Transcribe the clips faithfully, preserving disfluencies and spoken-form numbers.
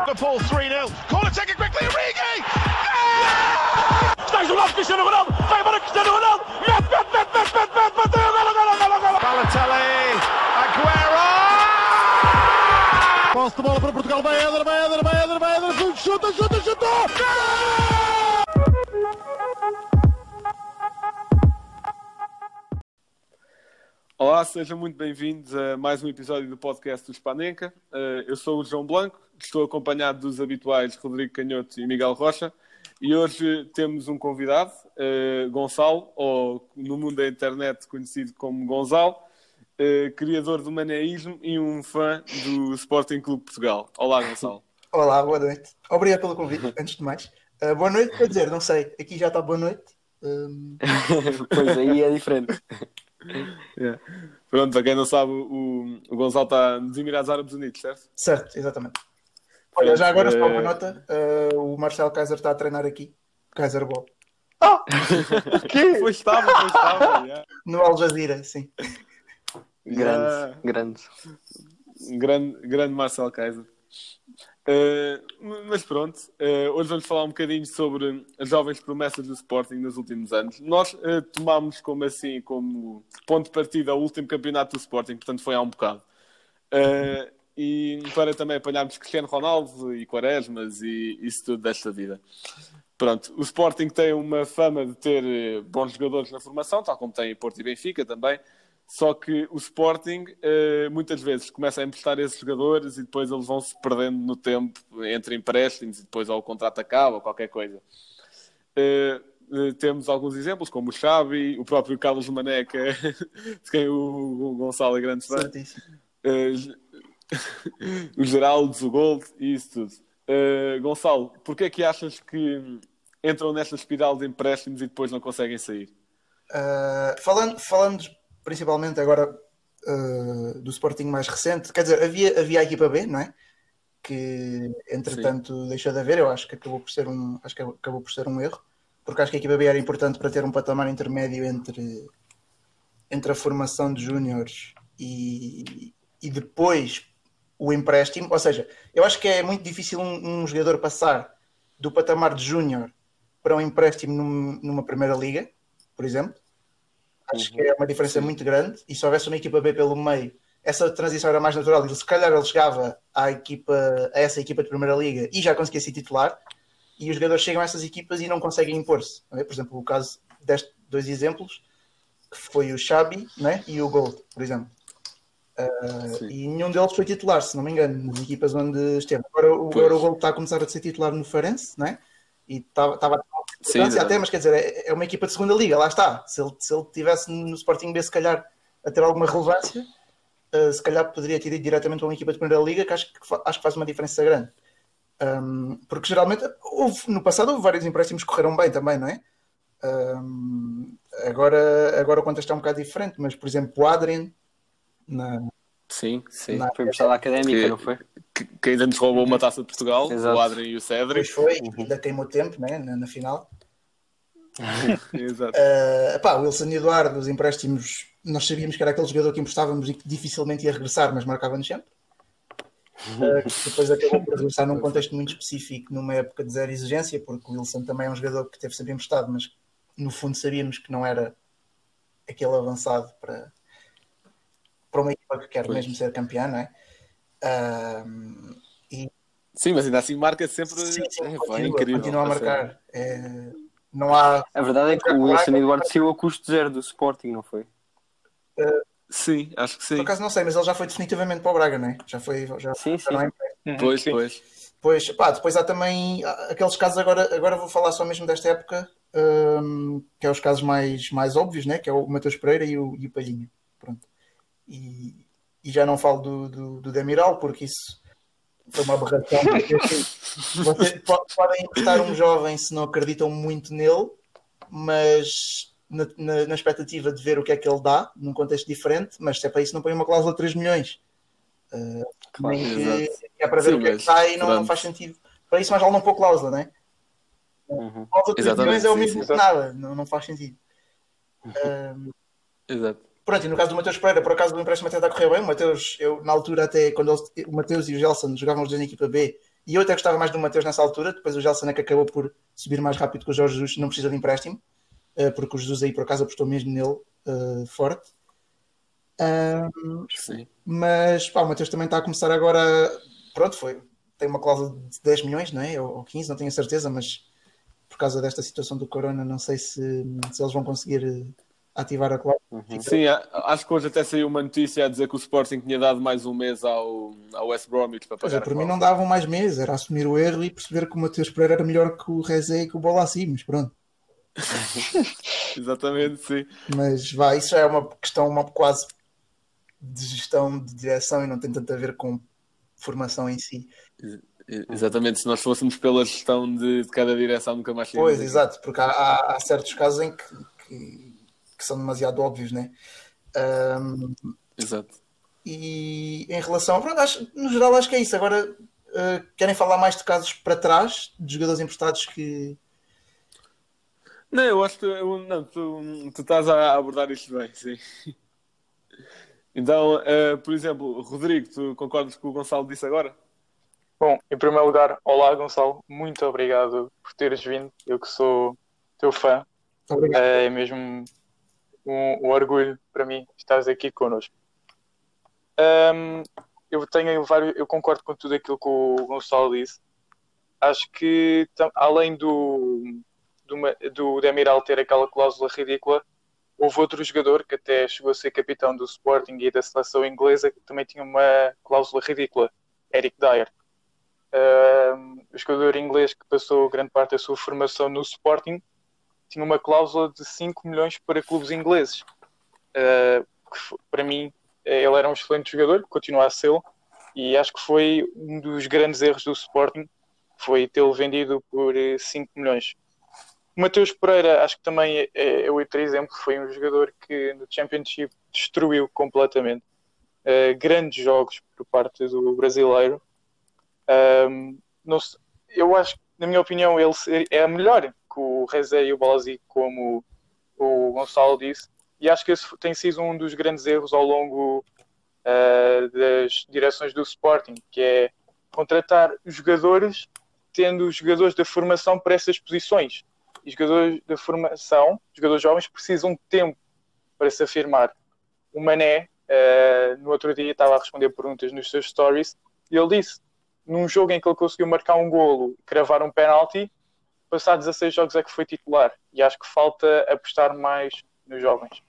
Liverpool three nil. Corner taken quickly, Origi! Está isolado Cristiano Ronaldo, vai embora Cristiano Ronaldo, mete, mete, mete, mete, mete, mete, bateu, golo, golo, golo, golo. Balotelli, Aguero! Posse de bola para Portugal, vai Éder, vai Éder, vai Éder, vai Éder, chuta, chuta, chuta! Olá, sejam muito bem-vindos a mais um episódio do podcast do Spanenka. Eu sou o João Blanco, estou acompanhado dos habituais Rodrigo Canhoto e Miguel Rocha e hoje temos um convidado, Gonçalo, ou no mundo da internet conhecido como Gonzalo, criador do maneísmo e um fã do Sporting Clube Portugal. Olá, Gonçalo. Olá, boa noite. Obrigado pelo convite, antes de mais. Uh, boa noite, quer dizer, não sei, aqui já está boa noite. Um... Pois aí é diferente. Yeah. Pronto, para quem não sabe, o, o Gonçalo está nos Emirados Árabes Unidos, certo? Certo, exatamente. Olha, já agora é... só uma nota, uh, o Marcelo Kaiser está a treinar aqui, Kaiser Ball. Ah! Que? Pois estava, pois estava. Yeah. No Al Jazeera, sim. Grande, yeah. grande. Grande, grande Marcelo Kaiser. Uh, mas pronto, uh, hoje vamos falar um bocadinho sobre as jovens promessas do Sporting nos últimos anos. Nós uh, tomámos como assim, como ponto de partida o último campeonato do Sporting, portanto foi há um bocado. Uh, e para também apanharmos Cristiano Ronaldo e Quaresmas e isso tudo desta vida. Pronto, o Sporting tem uma fama de ter bons jogadores na formação, tal como tem Porto e Benfica também. Só que o Sporting uh, muitas vezes começa a emprestar esses jogadores e depois eles vão se perdendo no tempo entre empréstimos e depois ou o contrato acaba ou qualquer coisa. Uh, uh, temos alguns exemplos, como o Xavi, o próprio Carlos Maneca, de quem o, o Gonçalo é grande fã. Uh, o Geraldo, o Gold e isso tudo. Uh, Gonçalo, porquê é que achas que entram nesta espiral de empréstimos e depois não conseguem sair? Uh, falando... falando... principalmente agora uh, do Sporting mais recente, quer dizer, havia, havia a equipa B, não é? Que entretanto Sim. deixou de haver, eu acho que acabou por ser um acho que acabou por ser um erro, porque acho que a equipa B era importante para ter um patamar intermédio entre, entre a formação de júniores e, e depois o empréstimo, ou seja, eu acho que é muito difícil um, um jogador passar do patamar de júnior para um empréstimo num, numa primeira liga, por exemplo. Acho que é uma diferença Sim. muito grande e se houvesse uma equipa B pelo meio, essa transição era mais natural e se calhar ele chegava à equipa, a essa equipa de Primeira Liga e já conseguia ser titular e os jogadores chegam a essas equipas e não conseguem impor-se. Não é? Por exemplo, o caso destes dois exemplos, que foi o Xabi, né? E o Gold, por exemplo. Uh, e nenhum deles foi titular, se não me engano, nas equipas onde esteve. Agora, agora o Gold está a começar a ser titular no Farense, não é? E estava a Sim, até, mas quer dizer, é, é uma equipa de segunda liga, lá está. Se ele, se ele tivesse no Sporting B, se calhar a ter alguma relevância, uh, se calhar poderia ter ido diretamente para uma equipa de primeira liga, que acho que, acho que faz uma diferença grande. Um, porque geralmente, houve, no passado, houve vários empréstimos que correram bem também, não é? Um, agora, agora o contexto está um bocado diferente, mas por exemplo, o Adrien, na, sim, sim, na, foi emprestado à Académica, que, não foi? Que, que ainda nos roubou uma taça de Portugal, Exato. O Adrien e o Cédric. Pois foi, uhum. ainda queimou tempo, né? na, na final. Exato. Uh, pá, o Wilson Eduardo, os empréstimos, nós sabíamos que era aquele jogador que emprestávamos e que dificilmente ia regressar, mas marcava-nos sempre. Uh, depois acabou por regressar num contexto muito específico, numa época de zero exigência, porque o Wilson também é um jogador que teve sempre emprestado, mas no fundo sabíamos que não era aquele avançado para, para uma equipa que quer pois. mesmo ser campeã, não é? Uh, e... Sim, mas ainda assim marca sempre. Sim, sim, é, continua, é incrível. Continua a marcar. É... Não há... A verdade é que o Wilson Eduardo saiu a custo zero do Sporting, não foi? Uh, sim, acho que sim. Por acaso não sei, mas ele já foi definitivamente para o Braga, não é? Já foi. Já, sim, sim. Já uhum. Pois, sim. pois. Pois, pá, depois há também aqueles casos, agora, agora vou falar só mesmo desta época, um, que é os casos mais, mais óbvios, né? Que é o Mateus Pereira e o, e o Palhinha. Pronto. E, e já não falo do, do, do Demiral, porque isso foi uma aberração. Vocês podem emprestar um jovem se não acreditam muito nele, mas na, na, na expectativa de ver o que é que ele dá num contexto diferente, mas se é para isso não põe uma cláusula de três milhões. Uh, claro, nem que, que é para ver Sim, o que é que está e não, não faz sentido. Para isso mais vale não pôr cláusula, não é? Uhum. Cláusula de três milhões é o mesmo sim, que nada, não, não faz sentido. Uh, Exato. Pronto, e no caso do Mateus Pereira, por acaso o empréstimo até está a correr bem. O Mateus, eu na altura até, quando ele, o Mateus e o Gelson jogavam os dois na equipa B, e eu até gostava mais do Mateus nessa altura, depois o Gelson é que acabou por subir mais rápido que o Jorge Jesus, não precisa de empréstimo, uh, porque o Jesus aí por acaso apostou mesmo nele uh, forte. Um, Sim. mas pá, o Mateus também está a começar agora, pronto, foi, tem uma cláusula de dez milhões, não é? Ou quinze, não tenho a certeza, mas por causa desta situação do Corona, não sei se, se eles vão conseguir ativar a cláusula. Uhum. Sim, a- acho que hoje até saiu uma notícia a dizer que o Sporting tinha dado mais um mês ao, ao West Bromwich para Pois pagar é, a por mim não cláusula. davam mais meses, era assumir o erro e perceber que o Mateus Pereira era melhor que o Rezé e que o Bolassi, mas pronto. Exatamente, sim. Mas vá, isso já é uma questão uma, quase de gestão de direção e não tem tanto a ver com formação em si. E- Exatamente, se nós fôssemos pela gestão de, de cada direção, nunca mais Pois, saímos daqui. exato, porque há, há- há certos casos em que, que, que são demasiado óbvios, né? Ahm, Exato. e em relação, pronto, acho- no geral acho que é isso. Agora, uh, querem falar mais de casos para trás, de jogadores emprestados que... Não, eu acho que eu- não, tu, tu estás a abordar isto bem, sim. Então, eh, por exemplo, Rodrigo, tu concordas com o Gonçalo disse agora? Bom, em primeiro lugar, olá Gonçalo, muito obrigado por teres vindo. Eu que sou teu fã, Obrigado. é mesmo um, um orgulho para mim estares aqui connosco. Ahm, eu tenho vários, eu concordo com tudo aquilo que o Gonçalo disse. Acho que tam- além do do, Ma- do Demiral ter aquela cláusula ridícula, houve outro jogador que até chegou a ser capitão do Sporting e da seleção inglesa que também tinha uma cláusula ridícula, Eric Dyer. Um, o jogador inglês que passou grande parte da sua formação no Sporting tinha uma cláusula de cinco milhões para clubes ingleses. Uh, que f- para mim, eh, ele era um excelente jogador, continua a ser, e acho que foi um dos grandes erros do Sporting, foi tê-lo vendido por eh, cinco milhões. O Mateus Pereira, acho que também é, é, é outro exemplo, foi um jogador que no Championship destruiu completamente. Uh, grandes jogos por parte do brasileiro. Um, não sei, eu acho que, na minha opinião, ele ser- é melhor que o Rezé e o Balasi, como o Gonçalo disse, e acho que esse tem sido um dos grandes erros ao longo uh, das direções do Sporting, que é contratar jogadores tendo os jogadores da formação para essas posições. E jogadores da formação, jogadores jovens, precisam de tempo para se afirmar. O Mané, uh, no outro dia, estava a responder perguntas nos seus stories, e ele disse, num jogo em que ele conseguiu marcar um golo e cravar um penalti, passar dezasseis jogos é que foi titular. E acho que falta apostar mais nos jovens.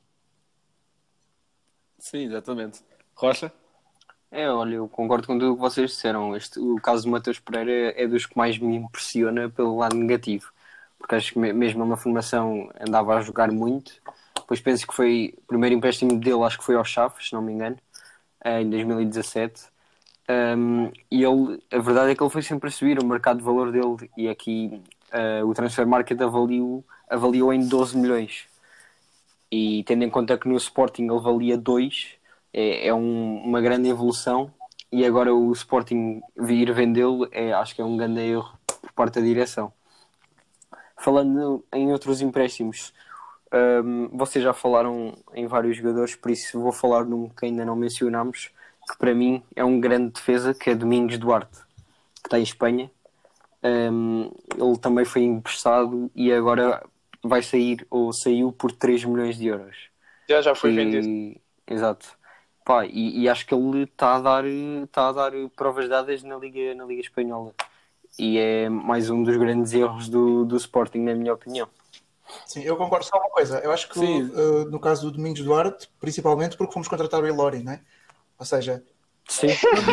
Sim, exatamente. Rocha? É, olha, eu concordo com tudo o que vocês disseram. Este, o caso do Mateus Pereira é dos que mais me impressiona pelo lado negativo. Porque acho que me- mesmo na formação andava a jogar muito. Depois penso que foi o primeiro empréstimo dele, acho que foi ao Chaves, se não me engano, eh, em dois mil e dezassete. Um, e ele, a verdade é que ele foi sempre a subir o mercado de valor dele. E aqui uh, o Transfer Market avaliou, avaliou em doze milhões. E tendo em conta que no Sporting ele valia dois, é, é um- uma grande evolução. E agora o Sporting vir vendê-lo, é, acho que é um grande erro por parte da direção. Falando em outros empréstimos, um, vocês já falaram em vários jogadores, por isso vou falar num que ainda não mencionámos, que para mim é um grande defesa, que é Domingos Duarte, que está em Espanha. Um, ele também foi emprestado e agora vai sair, ou saiu, por três milhões de euros. Já, já foi E- vendido. Exato. Pá, e, e acho que ele está a dar, está a dar provas dadas na Liga, na Liga Espanhola. E é mais um dos grandes erros do, do Sporting, na minha opinião. Sim, eu concordo só uma coisa. Eu acho que Sim. uh, no caso do Domingos Duarte, principalmente porque fomos contratar o Ilori, né? Ou seja, Sim.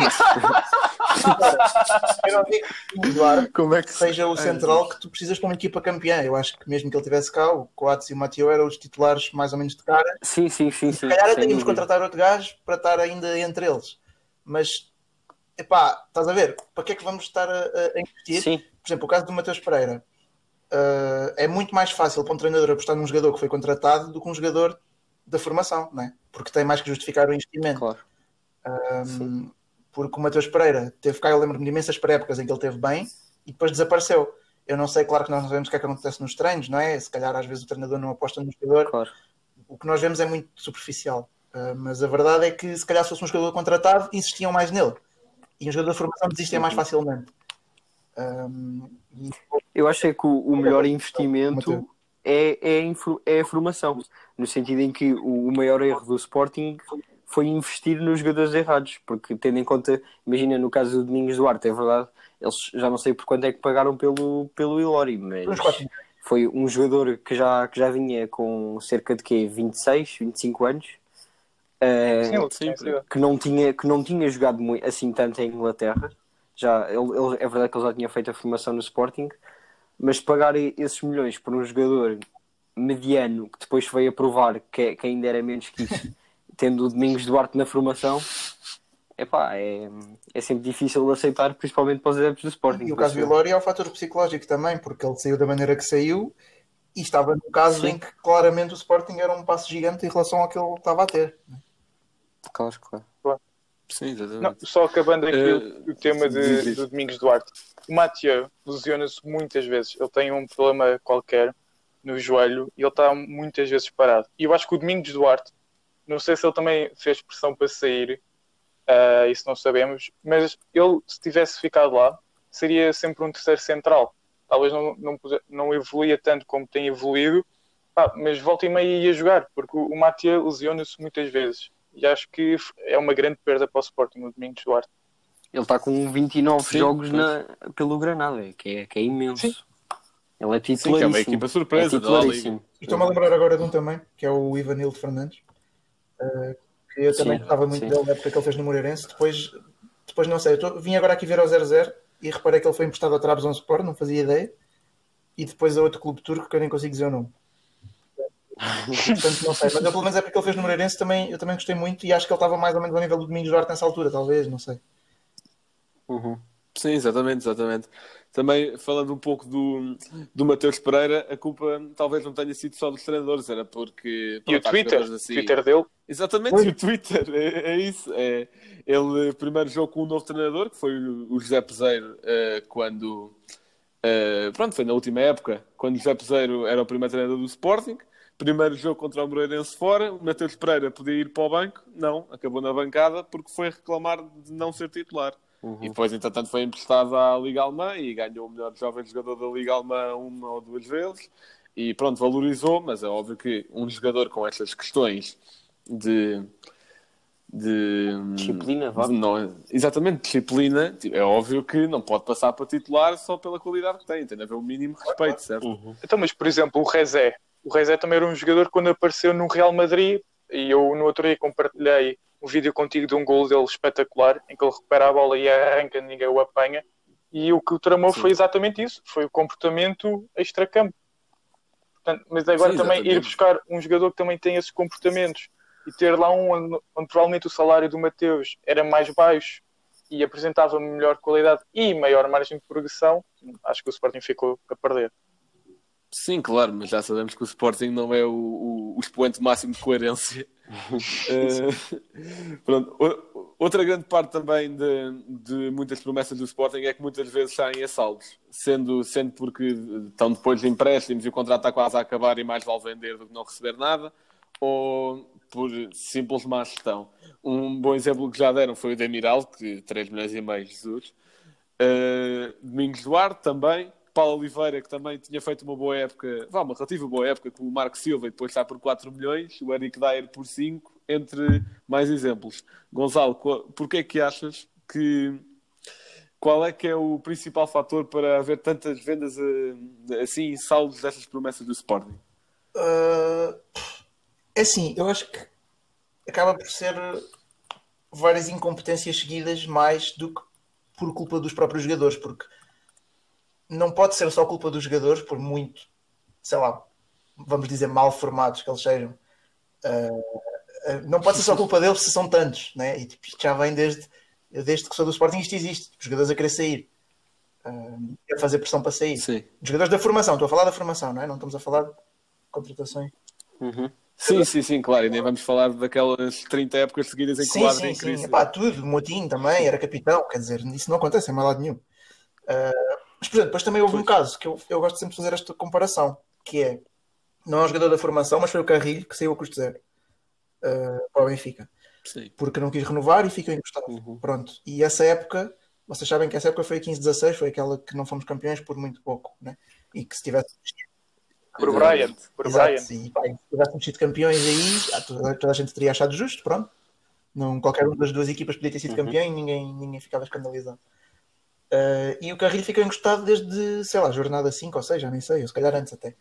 eu não digo que o Domingos Duarte Como é que seja o central que tu precisas para uma equipa campeã. Eu acho que mesmo que ele estivesse cá, o Coates e o Mateo eram os titulares mais ou menos de cara. Sim, sim, sim, sim. Se calhar até sem íamos dúvida. contratar outro gajo para estar ainda entre eles. Mas, epá, estás a ver? Para que é que vamos estar a, a investir? Sim, Por exemplo, o caso do Mateus Pereira. Uh, é muito mais fácil para um treinador apostar num jogador que foi contratado do que um jogador da formação, não é? Porque tem mais que justificar o investimento. claro. Um, porque o Mateus Pereira teve cá, eu lembro-me de imensas pré-épocas em que ele teve bem e depois desapareceu. Eu não sei, claro que nós não sabemos o que é que acontece nos treinos, não é? Se calhar às vezes o treinador não aposta no jogador. Claro. O que nós vemos é muito superficial. Uh, mas a verdade é que se calhar se fosse um jogador contratado, insistiam mais nele. E um jogador de formação desistia mais facilmente. Um, e Eu acho é que o, o melhor Mateus. investimento é, é, a infor- é a formação, no sentido em que o, o maior erro do Sporting foi investir nos jogadores errados, porque tendo em conta, imagina no caso do Domingos Duarte, é verdade, eles já não sei por quanto é que pagaram pelo, pelo Ilori, mas Uns quatro. foi um jogador que já, que já vinha com cerca de quê? vinte e seis, vinte e cinco anos, eh, Sim, ele Sim, tem sido. que, não tinha, que não tinha jogado muito, assim tanto em Inglaterra. Já, ele, ele- é verdade que ele já tinha feito a formação no Sporting, mas pagar esses milhões por um jogador mediano que depois veio a provar que, é- que ainda era menos que isso, tendo o Domingos Duarte na formação, epá, é, é sempre difícil de aceitar, principalmente para os adeptos do Sporting. E o caso do Ilori é o fator psicológico também, porque ele saiu da maneira que saiu e estava no caso Sim. em que claramente o Sporting era um passo gigante em relação ao que ele estava a ter. Claro, claro. sim, Não, exatamente. só acabando aqui Eh, o, o tema diz, de, diz. do Domingos Duarte. O Mathieu lesiona-se muitas vezes. Ele tem um problema qualquer no joelho e ele está muitas vezes parado. E eu acho que o Domingos Duarte, não sei se ele também fez pressão para sair, uh, isso não sabemos, mas ele, se tivesse ficado lá, seria sempre um terceiro central. Talvez não, não, não evoluía tanto como tem evoluído, pá, mas volta e meia ia jogar, porque o, o Mathieu lesiona-se muitas vezes. E acho que é uma grande perda para o Sporting, o Domingos Duarte. Ele está com vinte e nove Sim, jogos pois. na, pelo Granada, que é, que é imenso. Sim. Ele é Sim, que é titularíssimo. uma equipa surpresa é da La Liga. titularíssimo. E estou-me a lembrar agora de um também, que é o Ivanildo Fernandes, uh, que eu também Sim, gostava muito sim. dele na época que ele fez no Moreirense. Depois, depois não sei, eu tô, vim agora aqui ver ao zero zero e reparei que ele foi emprestado a Trabzonspor, não fazia ideia, e depois a outro clube turco que eu nem consigo dizer o nome. Portanto, não sei, mas eu, pelo menos é porque ele fez no Moreirense, também, eu também gostei muito e acho que ele estava mais ou menos ao nível do Domingos Duarte nessa altura, talvez, não sei. Uhum. Sim, exatamente, exatamente. Também falando um pouco do, do Mateus Pereira, a culpa talvez não tenha sido só dos treinadores, era porque E o pronto, há Twitter, jogadores o assim. Twitter dele, Exatamente, Oi. e o Twitter, é, é isso. É, ele primeiro jogou com um novo treinador, que foi o o José Peseiro, eh, quando eh, pronto, foi na última época, quando o José Peseiro era o primeiro treinador do Sporting. Primeiro jogo contra o Moreirense fora, o Mateus Pereira podia ir para o banco, não, acabou na bancada porque foi reclamar de não ser titular. E depois, entretanto, foi emprestado à Liga Alemã e ganhou o melhor jovem jogador da Liga Alemã uma ou duas vezes. E pronto, valorizou, mas é óbvio que um jogador com estas questões de... de Disciplina, vá. de não, exatamente, disciplina, é óbvio que não pode passar para titular só pela qualidade que tem, tem de haver o mínimo respeito, certo? Uhum. então, mas por exemplo, o Rezé. O Rezé também era um jogador que quando apareceu no Real Madrid, e eu no outro dia compartilhei um vídeo contigo de um gol dele espetacular, em que ele recupera a bola e arranca, ninguém o apanha, e o que o tramou Sim. foi exatamente isso, foi o comportamento extracampo. Portanto, mas agora Sim, também ir exatamente. buscar um jogador que também tem esses comportamentos e ter lá um onde, onde provavelmente o salário do Mateus era mais baixo e apresentava melhor qualidade e maior margem de progressão, acho que o Sporting ficou a perder. Sim, claro, mas já sabemos que o Sporting não é o, o, o expoente máximo de coerência. Eh, pronto. O- outra grande parte também de, de muitas promessas do Sporting é que muitas vezes saem a saldos, sendo, sendo porque estão depois de empréstimos e o contrato está quase a acabar e mais vale vender do que não receber nada, ou por simples má gestão. Um bom exemplo que já deram foi o Demiral, que três milhões e meio, Jesus. Uh, Domingos Duarte também, Paulo Oliveira, que também tinha feito uma boa época, vá, uma relativa boa época com o Marco Silva e depois está por quatro milhões, o Eric Dyer por cinco, entre mais exemplos. Gonçalo, qual- porquê é que achas que qual é que é o principal fator para haver tantas vendas eh, assim, saldos dessas promessas do Sporting? Uh, é assim, eu acho que acaba por ser várias incompetências seguidas mais do que por culpa dos próprios jogadores, porque não pode ser só culpa dos jogadores, por muito, sei lá, vamos dizer, mal formados que eles sejam. Uh, uh, não pode ser só culpa deles se são tantos, né? E tipo, isto já vem desde, desde que sou do Sporting, isto existe. Os jogadores a querer sair, uh, a fazer pressão para sair. Sim. Os jogadores da formação, estou a falar da formação, não é? Não estamos a falar de contratações. Uhum. Sim, sim, sim, claro. E nem vamos falar daquelas trinta épocas seguidas em que Sim, o Adri sim, em sim. crise. Epá, tudo. O Motinho também era capitão. Quer dizer, isso não acontece em mais lado nenhum. Uh, mas, por exemplo, depois também houve um caso que eu, eu gosto sempre de fazer esta comparação, que é, não é um jogador da formação, mas foi o Carrilho que saiu a custo zero uh, para o Benfica. Sim. Porque não quis renovar e ficou encostado. Uhum. Pronto. E essa época Vocês sabem que essa época foi a quinze dezasseis, foi aquela que não fomos campeões por muito pouco, né? E que se tivesse Por Brian. Por Exato, Brian. e, pá, se tivéssemos sido campeões aí, ah, toda, toda a gente teria achado justo, pronto. Não, qualquer uma das duas equipas podia ter sido campeão e ninguém, ninguém ficava escandalizado. Uh, e o Carrilho ficou encostado desde, sei lá, jornada cinco ou seis, já nem sei, ou se calhar antes até.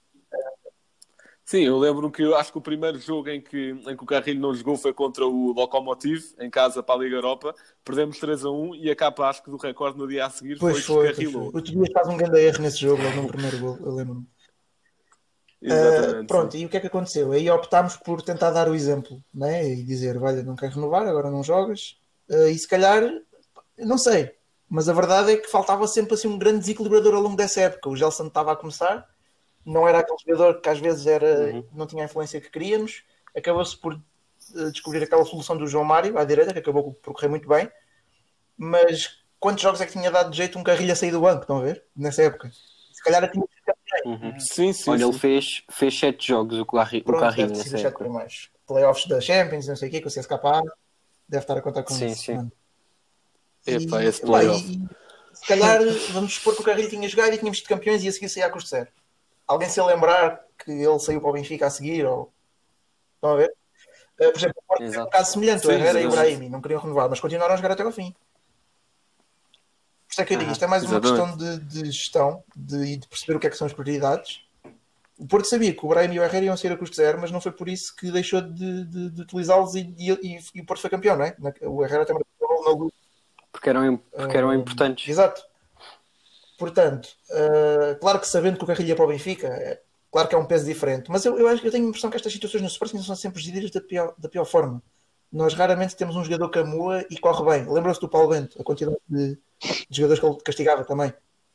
Sim, eu lembro que eu acho que o primeiro jogo em que, em que o Carrilho não jogou foi contra o Lokomotiv, em casa para a Liga Europa. Perdemos três a um e a capa, acho que do recorde no dia a seguir Pois foi foi, pois descarrilou. foi. O Tobias faz um grande erro nesse jogo, logo no primeiro gol, eu lembro-me. Exatamente. Uh, pronto, sim. e o que é que aconteceu? Aí optámos por tentar dar o exemplo, né? E dizer, olha, não queres renovar, agora não jogas. Uh, e se calhar, não sei, mas a verdade é que faltava sempre assim um grande desequilibrador ao longo dessa época. O Gelson estava a começar, não era aquele jogador que às vezes era, Uhum. não tinha a influência que queríamos. Acabou-se por uh, descobrir aquela solução do João Mário à direita, que acabou por correr muito bem. Mas quantos jogos é que tinha dado de jeito um Carrilho a sair do banco? Estão a ver? Nessa época. Se calhar tinha Uhum. Sim, sim, Olha, sim. ele fez, fez sete jogos, o, Carri, o Pronto, Carrinho deve ter sido nessa os sete época. primeiros. Playoffs da Champions, não sei o quê, com o C S K A, deve estar a contar com Sim, isso. sim. Mano. Epá, E, esse epá, playoff. e se calhar vamos supor que o Carrilho tinha jogado e tínhamos sido campeões e a seguir sair a custo zero. Alguém se lembrar que ele saiu para o Benfica a seguir? Ou... Estão a ver? Uh, por exemplo, o Porto teve um Exato. caso semelhante, o Sim, Herrera e o exatamente. Brahimi não queriam renovar, mas continuaram a jogar até ao fim. Por isso é que eu digo, Aham, isto é mais uma exatamente. questão de, de gestão de, e de perceber o que é que são as prioridades. O Porto sabia que o Brahim e o Herrera iam sair a custo zero, mas não foi por isso que deixou de, de, de utilizá-los e, e, e, e o Porto foi campeão, não é? Na- O Herrera também na luz. Porque eram, porque eram Ah, importantes. Exato. Portanto, ah, claro que sabendo que o Carrilho ia para o Benfica, é, claro que é um peso diferente, mas eu, eu, acho, eu tenho a impressão que estas situações no Sporting são sempre geridas da pior, da pior forma. Nós raramente temos um jogador que amua e corre bem. Lembram-se do Paulo Bento, a quantidade de, de jogadores que ele castigava também.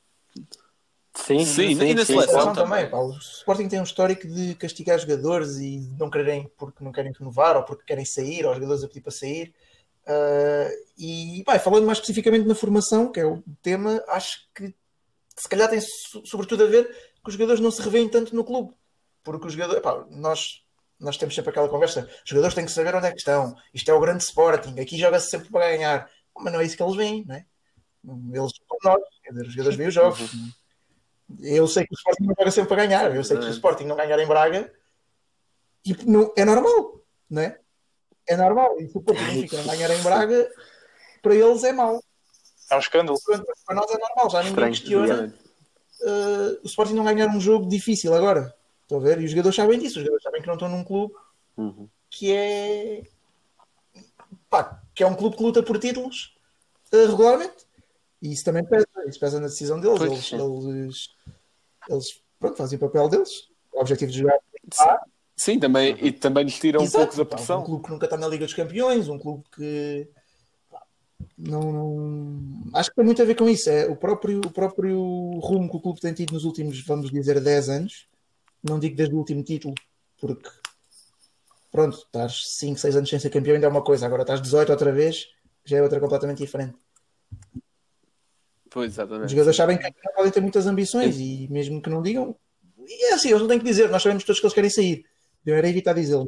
Sim, Sim, sim, e sim, na sim, seleção claro. também, também. pá. O Sporting tem um histórico de castigar jogadores e de não quererem porque não querem renovar ou porque querem sair, ou os jogadores a pedir para sair. Uh, e pá, falando mais especificamente na formação, que é o tema, acho que se calhar tem so- sobretudo a ver que os jogadores não se revêem tanto no clube, porque os jogadores, pá, nós, nós temos sempre aquela conversa, os jogadores têm que saber onde é que estão, isto é o grande Sporting, aqui joga-se sempre para ganhar, mas não é isso que eles veem, não é? Eles como nós, quer dizer, os jogadores veem os jogos. Uhum. Eu sei que o Sporting não joga sempre para ganhar, eu sei que se o Exatamente. Sporting não ganhar em Braga, tipo, não, é normal, não é? É normal, e se o Porto e o Benfica não ganhar em Braga, para eles é mau. É um escândalo. Para nós é normal, já ninguém Estranho, questiona Exatamente. uh, o Sporting não ganhar um jogo difícil agora. Estão a ver? E os jogadores sabem disso, os jogadores sabem que não estão num clube Uhum. que é pá, que é um clube que luta por títulos uh, regularmente. E isso também pesa, isso pesa na decisão deles. Pois, Eles, sim. eles, eles pronto, fazem o papel deles. O objetivo de jogar Sim, também, e também lhes tira um Exato, pouco da pá, um pressão. clube que nunca está na Liga dos Campeões, um clube que pá, não, não- acho que tem muito a ver com isso. É o próprio, o próprio rumo que o clube tem tido nos últimos, vamos dizer, dez anos. Não digo desde o último título, porque pronto, estás cinco, seis anos sem ser campeão ainda é uma coisa, agora estás dezoito outra vez, já é outra completamente diferente. Pois, Os exatamente. jogadores sabem que não podem ter muitas ambições e mesmo que não digam, e é assim, eles não têm que dizer, nós sabemos todos que eles querem sair. Eu era evitar dizê-lo.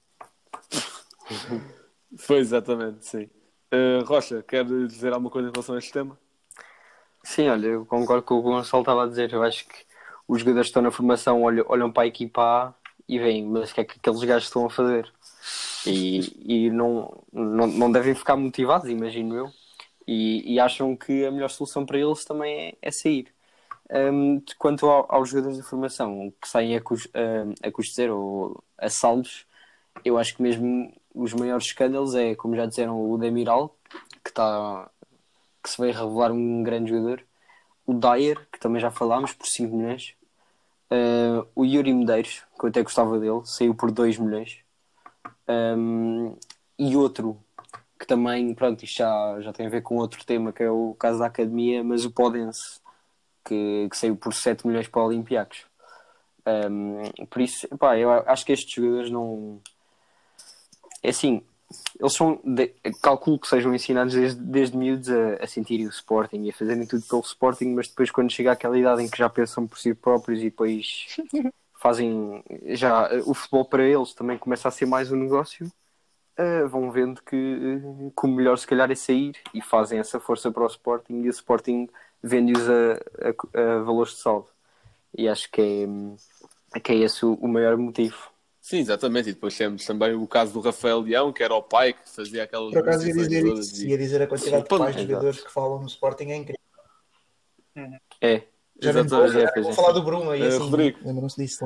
Foi exatamente, sim. Uh, Rocha, quer dizer alguma coisa em relação a este tema? Sim, olha, eu concordo com o que o Gonçalo estava a dizer. Eu acho que os jogadores que estão na formação olham, olham para a equipa A e veem, mas o que é que aqueles gajos estão a fazer? E, e não, não, não devem ficar motivados, imagino eu. E, e acham que a melhor solução para eles também é, é sair. Um, quanto ao, aos jogadores de formação que saem a, cus, a, a custo zero ou a saldos, eu acho que mesmo os maiores escândalos é, como já disseram, o Demiral, que, está, que se veio revelar um grande jogador, o Dyer, que também já falámos, por cinco milhões, uh, o Yuri Medeiros, que eu até gostava dele, saiu por dois milhões, um, e outro que também, pronto, isto já, já tem a ver com outro tema, que é o caso da Academia, mas o Podense, que, que saiu por sete milhões para o Olympiacos. Um, por isso, pá, eu acho que estes jogadores não... É assim, eles são... De... Calculo que sejam ensinados desde, desde miúdos a, a sentirem o Sporting e a fazerem tudo pelo Sporting, mas depois quando chega àquela idade em que já pensam por si próprios e depois... fazem já o futebol para eles também começa a ser mais um negócio, uh, vão vendo que, uh, que o melhor se calhar é sair e fazem essa força para o Sporting e o Sporting vende-os a, a, a valores de saldo. E acho que é, que é esse o, o maior motivo. Sim, exatamente. E depois temos também o caso do Rafael Leão, que era o pai que fazia aquelas Por acaso ia negociações dizer todas isso, e- ia dizer a quantidade Sim, de pais de exato. jogadores que falam no Sporting é incrível. É. Já vem Exatamente. é, vou pois é. falar do Bruma e Eh, assim, Rodrigo. lembram-se disso.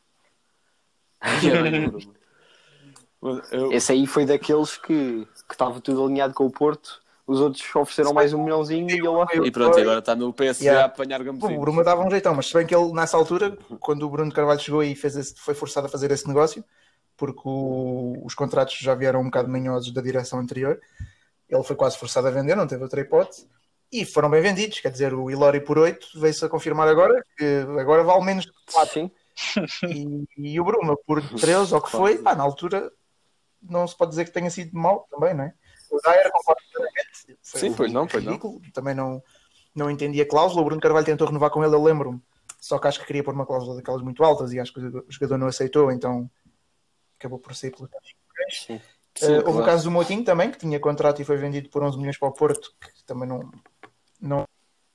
Já bem, Bruno. Mas eu- Esse aí foi daqueles que que estava tudo alinhado com o Porto, os outros ofereceram mais um milhãozinho e ele lá foi. E pronto, e agora está no P S G Yeah. a apanhar Pô, o gambezinhos. Bruma dava um jeitão, mas se bem que ele nessa altura, quando o Bruno de Carvalho chegou e fez esse- foi forçado a fazer esse negócio, porque o- os contratos já vieram um bocado manhosos da direção anterior, ele foi quase forçado a vender, não teve outra hipótese, e foram bem vendidos, quer dizer, o Ilori por oito veio-se a confirmar agora, que agora vale menos de quatro, Sim, e, e o Bruma por treze, ou o que foi, pá, na altura não se pode dizer que tenha sido mau também, não é? O Dyer concordo plenamente, foi Sim, pois não, pois não. ridículo, também não, não entendi a cláusula, o Bruno Carvalho tentou renovar com ele, eu lembro-me, só que acho que queria pôr uma cláusula daquelas muito altas e acho que o jogador não aceitou, então acabou por sair pelo sim. Sim, Uh, houve claro. o caso do Moutinho também, que tinha contrato e foi vendido por onze milhões para o Porto, que também não. não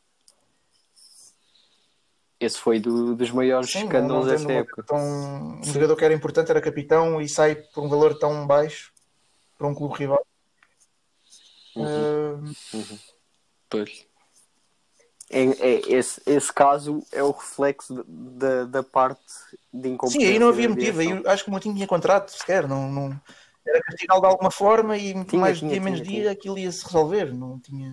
Esse foi do- dos maiores sim, não, escândalos não dessa tendo uma- época. tão, um jogador que era importante, era capitão e sai por um valor tão baixo para um clube rival. Uh, Pois. É, é- esse, esse caso é o reflexo da, da parte de sim, incompetência. aí não havia da motivo. direção. Aí eu acho que o Moutinho tinha contrato sequer, não, não era castigá-lo de alguma forma e Tinha, mais tinha, dia menos tinha, dia tinha. aquilo ia se resolver. Não tinha.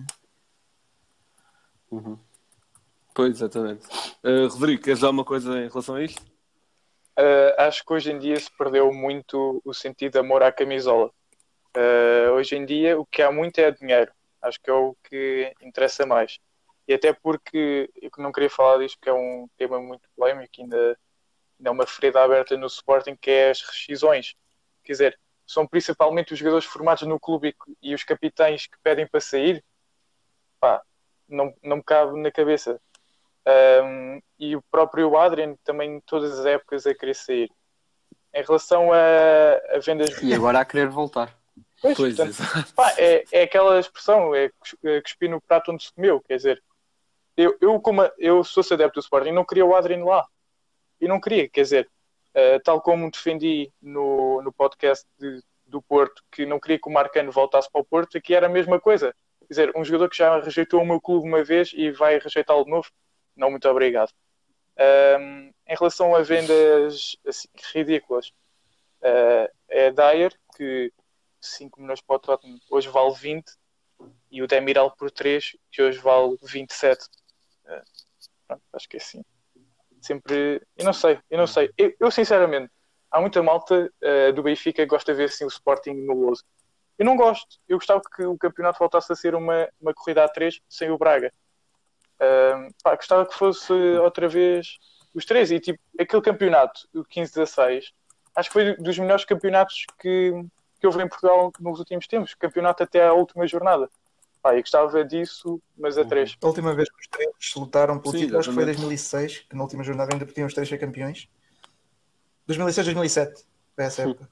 Pois, exatamente. Uh, Rodrigo, queres dar uma coisa em relação a isto? Uh, acho que hoje em dia se perdeu muito o sentido de amor à camisola. Uh, hoje em dia o que há muito é dinheiro. Acho que é o que interessa mais. E até porque eu não queria falar disto porque é um tema muito polémico e ainda, ainda é uma ferida aberta no Sporting, que é as rescisões. Quer dizer, são principalmente os jogadores formados no clube e, e os capitães que pedem para sair. Pá, não, não me cabe na cabeça. Um, e o próprio Adrian também todas as épocas a querer sair. Em relação a, a vendas... E agora a querer voltar. Pois, Pois, portanto, exato. pá, é, é aquela expressão, é cus- é cuspir no prato onde se comeu, quer dizer, eu, eu como a- eu sou adepto do Sporting, não queria o Adrian lá, e não queria, quer dizer, eh, tal como defendi no, no podcast de- do Porto, que não queria que o Marcano voltasse para o Porto, aqui era a mesma coisa, quer dizer, um jogador que já rejeitou o meu clube uma vez e vai rejeitá-lo de novo, não, muito obrigado. Ahm, em relação a vendas assim, ridículas, eh, é a Dyer, que cinco milhões para o Tottenham, hoje vale vinte, e o Demiral por três, que hoje vale vinte e sete. Uh, pronto, acho que é assim. Sempre, eu não sei, eu não sei. Eu, eu, sinceramente, há muita malta uh, do Benfica que gosta de ver assim o Sporting no Lousa. Eu não gosto. Eu gostava que o campeonato voltasse a ser uma, uma corrida a três sem o Braga. Uh, pá, gostava que fosse outra vez os três. E tipo, aquele campeonato, o quinze dezasseis, acho que foi dos melhores campeonatos que, que houve em Portugal nos últimos tempos. Campeonato até à última jornada. Pá, eu gostava disso, mas a três. A última vez que os três se lutaram pelo Sim, título, acho que foi em exatamente. dois mil e seis, que na última jornada ainda podiam os três ser campeões. dois mil e seis, dois mil e sete, foi essa época.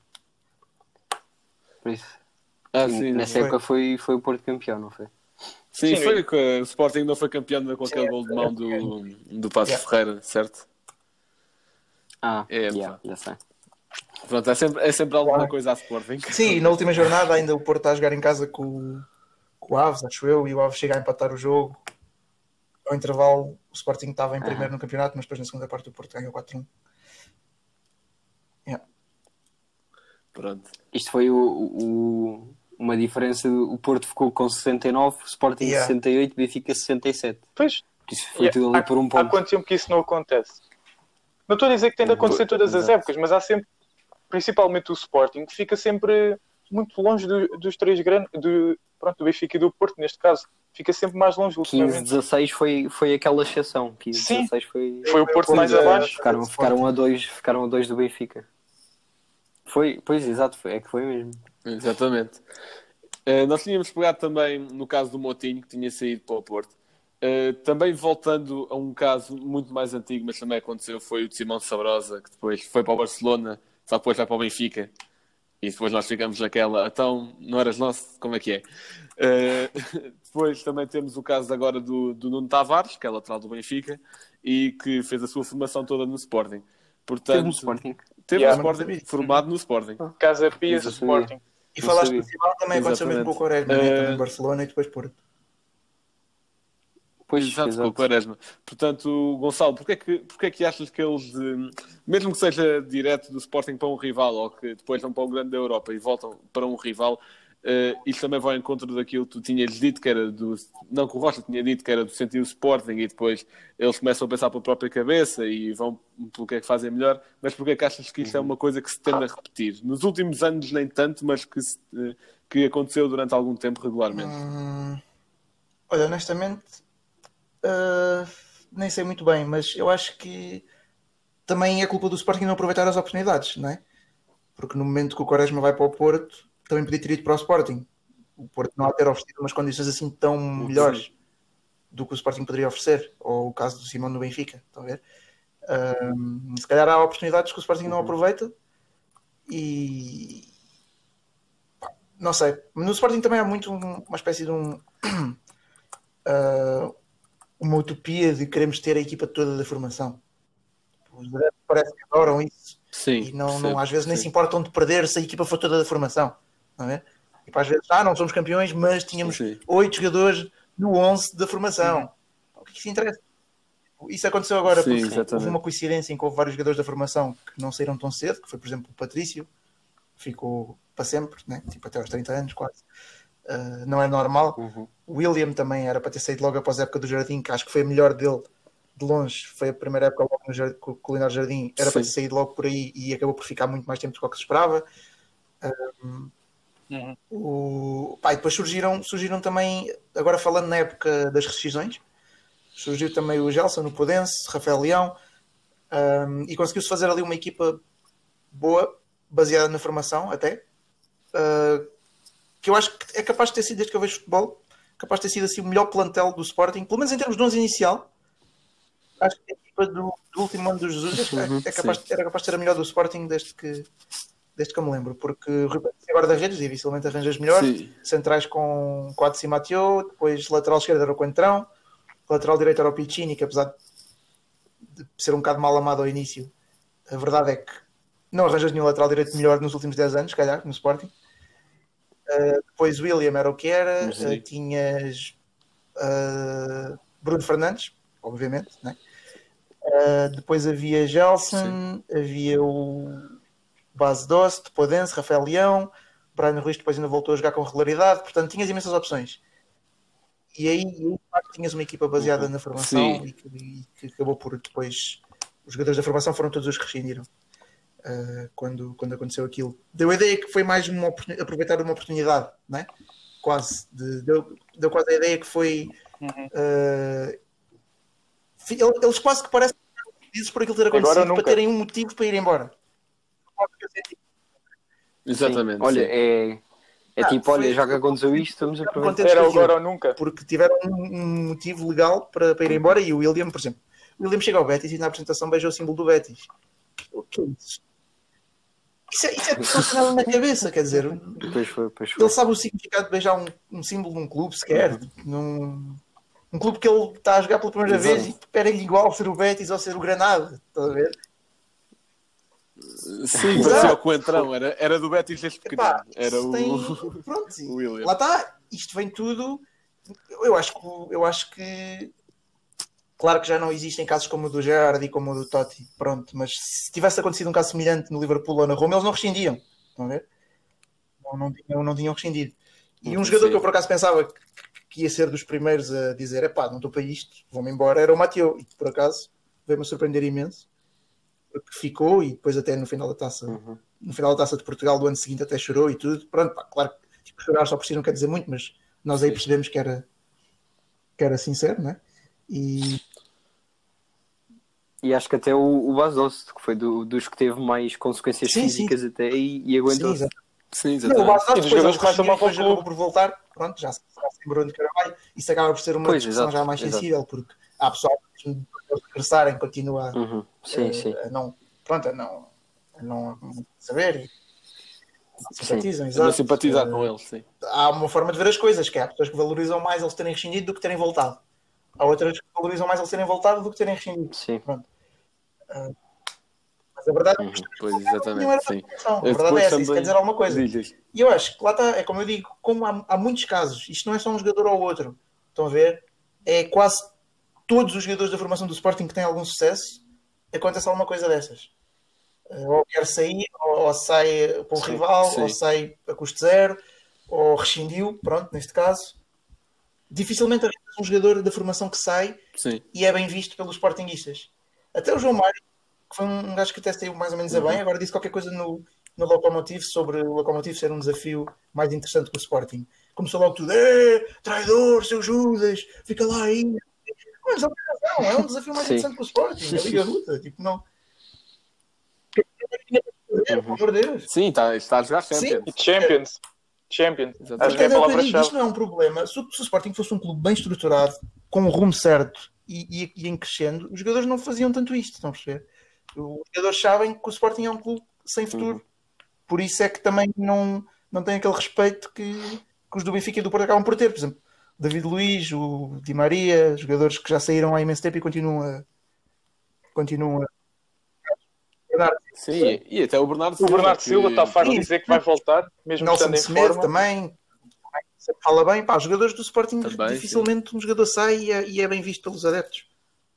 Por isso. Ah, sim, Nessa foi. época foi, foi o Porto campeão, não foi? sim, Sim, foi que o Sporting não foi campeão com aquele gol de mão do, do Passos Yeah. Ferreira, certo? Ah, É, yeah, pá. já sei. Pronto, é sempre, é sempre alguma coisa a Sporting. Sim, e na última jornada ainda o Porto está a jogar em casa com, o- com o Aves, acho eu, e o Aves chega a empatar o jogo. Ao intervalo, o Sporting estava em primeiro no campeonato, mas depois na segunda parte o Porto ganhou quatro a um. Pronto. Isto foi o, o- uma diferença. O Porto ficou com sessenta e nove, o Sporting Yeah. sessenta e oito, Benfica sessenta e sete. Pois, Por isso foi e tudo ali há, por um há ponto. quanto tempo que isso não acontece? Não estou a dizer que tem de acontecer todas as Exato. épocas, mas há sempre, principalmente o Sporting, que fica sempre muito longe do- dos três grandes, do, pronto, do Benfica e do Porto, neste caso. Fica sempre mais longe quinze ultimamente. dezasseis foi, foi aquela exceção. quinze Sim. dezasseis foi. Foi o Porto Foi, mais eh, abaixo. Ficaram, ficaram, a dois, ficaram a dois do Benfica. Foi, pois, exato, foi, é que foi mesmo. Exatamente. Uh, nós tínhamos pegado também no caso do Moutinho, que tinha saído para o Porto. Uh, também voltando a um caso muito mais antigo, mas também aconteceu, foi o de Simão Sabrosa, que depois foi para o Barcelona, só depois vai para o Benfica. E depois nós ficamos naquela, então, não eras nosso, como é que é? Uh, depois também temos o caso agora do, do Nuno Tavares, que é lateral do Benfica, e que fez a sua formação toda no Sporting. Portanto, Teve no Sporting. Teve Yeah. no Sporting, formado no Sporting. Casa Pia Isso eu Sporting. E Não falaste sabia. do Simão, também aconteceu mesmo com o Quaresma, né? Eh, Também Barcelona e depois Porto. Pois, Exato, exato. com o Quaresma. Portanto, Gonçalo, porquê é que, porquê é que achas que eles, hum, mesmo que seja direto do Sporting para um rival, ou que depois vão para o grande da Europa e voltam para um rival, uh, isto também vai ao encontro daquilo que tu tinhas dito, que era do... Não, que o Rocha tinha dito, que era do sentir o Sporting, e depois eles começam a pensar pela própria cabeça e vão pelo que é que fazem melhor, mas porquê é que achas que isto é uma coisa que se tende a repetir? Nos últimos anos nem tanto, mas que, se- uh, que aconteceu durante algum tempo regularmente. Hum, olha, honestamente, uh, nem sei muito bem, mas eu acho que também é culpa do Sporting não aproveitar as oportunidades, não é? Porque no momento que o Quaresma vai para o Porto, também podia ter ido para o Sporting. O Porto não há ter oferecido umas condições assim tão melhores do que o Sporting poderia oferecer, ou o caso do Simão no Benfica, estão a ver? Um, se calhar há oportunidades que o Sporting não aproveita e pá, não sei. No Sporting também há muito um- uma espécie de um uh, uma utopia de queremos ter a equipa toda da formação. Os adeptos parece que adoram isso Sim, e não, percebo, não- às vezes nem sim. se importam de perder se a equipa for toda da formação, não é? E para às vezes, ah, não somos campeões, mas tínhamos Sim. oito jogadores no onze da formação. O que é que isso interessa? Isso aconteceu agora Sim, porque exatamente. houve uma coincidência em que houve vários jogadores da formação que não saíram tão cedo, que foi, por exemplo, o Patrício, ficou para sempre, né? Tipo até aos trinta anos quase. Uh, não é normal. Uhum. O William também era para ter saído logo após a época do Jardim, que acho que foi a melhor dele de longe. Foi a primeira época logo no Jardim, com o Culinário Jardim, era para ter Sim. saído logo por aí e acabou por ficar muito mais tempo do que o que se esperava. Uhum. O... Pá, e depois surgiram, surgiram também, agora falando na época das rescisões, surgiu também o Gelson, o Podense, Rafael Leão, um, e conseguiu-se fazer ali uma equipa boa, baseada na formação até, uh, que eu acho que é capaz de ter sido, desde que eu vejo futebol, capaz de ter sido assim, o melhor plantel do Sporting, pelo menos em termos de onze inicial. Acho que a equipa do, do último ano do Jesus Uhum, é, é capaz, sim. era capaz de ser a melhor do Sporting desde que, desde que eu me lembro, porque o Rui Patrício agora da redes, dificilmente arranjas melhor. Sim. Centrais com Quadros e Mateo, depois lateral esquerdo era o Coentrão, lateral direito era o Piccini, que apesar de ser um bocado mal amado ao início, a verdade é que não arranjas nenhum lateral direito melhor nos últimos dez anos, se calhar, no Sporting. Uh, depois William era o que era, Sim. uh, tinhas uh, Bruno Fernandes, obviamente, né? Uh, depois havia Gelson, havia o Base Dost, Podense, Rafael Leão, Brian Ruiz depois ainda voltou a jogar com regularidade, portanto tinhas imensas opções. E aí, aí de facto, tinhas uma equipa baseada na formação Sim. e que, e que acabou por depois. Os jogadores da formação foram todos os que rescindiram uh, quando, quando aconteceu aquilo. Deu a ideia que foi mais uma, oportun- aproveitar uma oportunidade, não é? Quase. De- deu, deu quase a ideia que foi. Uhum. uh, fi- eles quase que parecem felizes por aquilo ter Agora acontecido ou para nunca. terem um motivo para ir embora. Exatamente. Sim. Olha, sim. é, é Ah, tipo, olha, foi- já que aconteceu isto, vamos aproveitar. contentes Era com o agora aquilo. ou nunca. Porque tiveram um, um motivo legal para, para ir embora. E o William, por exemplo, o William chega ao Betis e na apresentação beija o símbolo do Betis. O que é isso? Isso é, isso é porque não tem nada na cabeça, quer dizer, Pois foi, pois foi. ele sabe o significado de beijar um, um símbolo de um clube sequer, num, um clube que ele está a jogar pela primeira Exato. vez e espera-lhe igual ser o Betis ou ser o Granada, estás a ver? Sim, Exato. parecia o Coentrão, era, era do Betis desde Epá, pequenino. Era isso o. tem- Pronto, o William. lá está, isto vem tudo. Eu acho que, eu acho que claro que já não existem casos como o do Gerrard e como o do Totti, pronto, mas se tivesse acontecido um caso semelhante no Liverpool ou na Roma, eles não rescindiam, estão a ver? Não, não, tinham, não tinham rescindido. E um jogador Sim. que eu por acaso pensava que, que ia ser dos primeiros a dizer: epá, não estou para isto, vou-me embora, era o Mateo, e por acaso veio-me a surpreender imenso, porque ficou e depois até no final da taça, Uhum. no final da taça de Portugal do ano seguinte até chorou e tudo. Pronto, pá, claro que tipo, chorar só por si não quer dizer muito, mas nós aí Sim. percebemos que era, que era sincero, né? E E acho que até o, o Basdost, que foi do- dos que teve mais consequências Sim, físicas até e, e sim, aguentou-se. exato. Sim, Não, o exatamente. Bastos E depois os jogadores ele começam rescindiu, mal para o depois acabou clube. por voltar, pronto, já se já se lembrou de Carvalho, isso acaba por ser uma Pois, discussão exato, já mais exato. sensível, porque há pessoal que mesmo depois de regressarem continua Uhum. Sim, eh, sim. a não, pronto, a não, a não saber. Simpatizam, Sim, andam a exato. simpatizar Uh, com eles, sim. Há uma forma de ver as coisas, que há pessoas que valorizam mais eles terem rescindido do que terem voltado. Há outras que valorizam mais eles terem voltado do que terem rescindido. Sim. Pronto. Uh, mas a verdade é que Uhum. Pois, não era exatamente, uma sim. situação. A Uh, verdade depois é essa, isso também- quer dizer alguma coisa. Diz, diz. E eu acho que lá está, é como eu digo, como há, há muitos casos, isto não é só um jogador ou outro, estão a ver? É quase todos os jogadores da formação do Sporting que têm algum sucesso, acontece alguma coisa dessas. Uh, Ou quer sair, ou, ou sai para um Sim, rival, sim. ou sai a custo zero, ou rescindiu, pronto, neste caso. Dificilmente arranjas um jogador da formação que sai Sim. e é bem visto pelos Sportinguistas. Até o João Mário, que foi um gajo que até saiu mais ou menos a bem, agora disse qualquer coisa no, no Lokomotiv sobre o Lokomotiv ser um desafio mais interessante que o Sporting. Começou logo tudo, é, traidor, seu Judas, fica lá aí. Mas ele tem razão, é um desafio mais Sim. interessante que o Sporting, a Liga Ruta, tipo, não. Pelo amor de Deus. Sim, está, está a jogar Champions. E Champions. Champions. Exatamente. Acho que é a Mas é o que eu digo, palavra-chave. isto não é um problema. Se o, se o Sporting fosse um clube bem estruturado, com o rumo certo e, e, e em crescendo, os jogadores não faziam tanto isto, estão a perceber? Os jogadores sabem que o Sporting é um clube sem futuro. Por isso é que também não, não tem aquele respeito que, que os do Benfica e do Porto acabam por ter. Por exemplo, o David Luiz, o Di Maria, jogadores que já saíram há imenso tempo e continuam a. Continuam a... Sim, e até o Bernardo O Silva. Bernardo que- Silva está farto de Sim. dizer que vai voltar, mesmo Nelson estando em Semedo forma. também. Sempre fala bem. Pá, os jogadores do Sporting Também, dificilmente um jogador sai e é, e é bem visto pelos adeptos.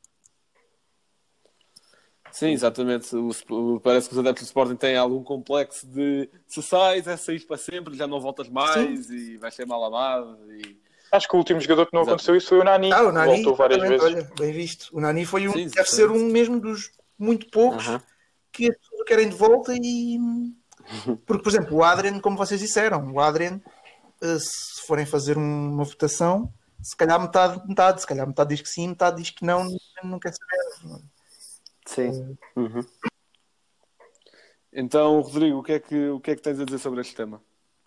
Sim, exatamente. O, o- parece que os adeptos do Sporting têm algum complexo de se sais, é sair para sempre, já não voltas mais e vais ser mal amado. E... Acho que o último jogador que não Exato. aconteceu isso foi o Nani, Ah, o que Nani, voltou várias exatamente, vezes. olha, bem visto. O Nani foi um, Sim, deve ser exatamente. um mesmo dos muito poucos Aham. que as pessoas querem de volta e... Porque, por exemplo, o Adrian, como vocês disseram, o Adrian, eh, se forem fazer uma votação, se calhar metade, metade, se calhar metade diz que sim, metade diz que não, não quer saber. Sim. Uhum. Então, Rodrigo, o que, é que, o que é que tens a dizer sobre este tema?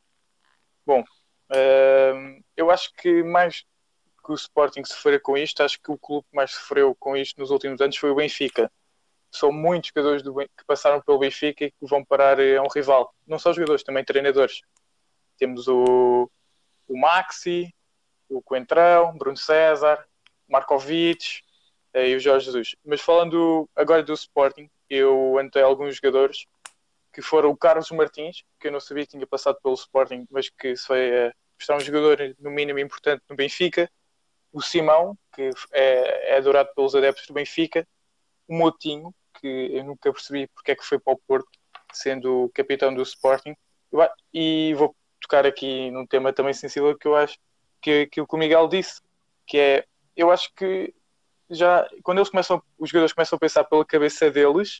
Bom, hum, eu acho que mais que o Sporting sofreu com isto, acho que o clube que mais sofreu com isto nos últimos anos foi o Benfica. São muitos jogadores do Ben- que passaram pelo Benfica e que vão parar eh, a um rival. Não só jogadores, também treinadores. Temos o, o Maxi, o Coentrão, Bruno César, Markovic eh, e o Jorge Jesus. Mas falando agora do Sporting, eu anotei alguns jogadores que foram o Carlos Martins, que eu não sabia que tinha passado pelo Sporting, mas que se foi eh, mostrar um jogador no mínimo importante no Benfica. O Simão, que é, é adorado pelos adeptos do Benfica. O Moutinho, que eu nunca percebi porque é que foi para o Porto, sendo o capitão do Sporting. Eu a- E vou tocar aqui num tema também sensível que eu acho que é aquilo que o Miguel disse, que é, eu acho que já, quando eles começam, os jogadores começam a pensar pela cabeça deles,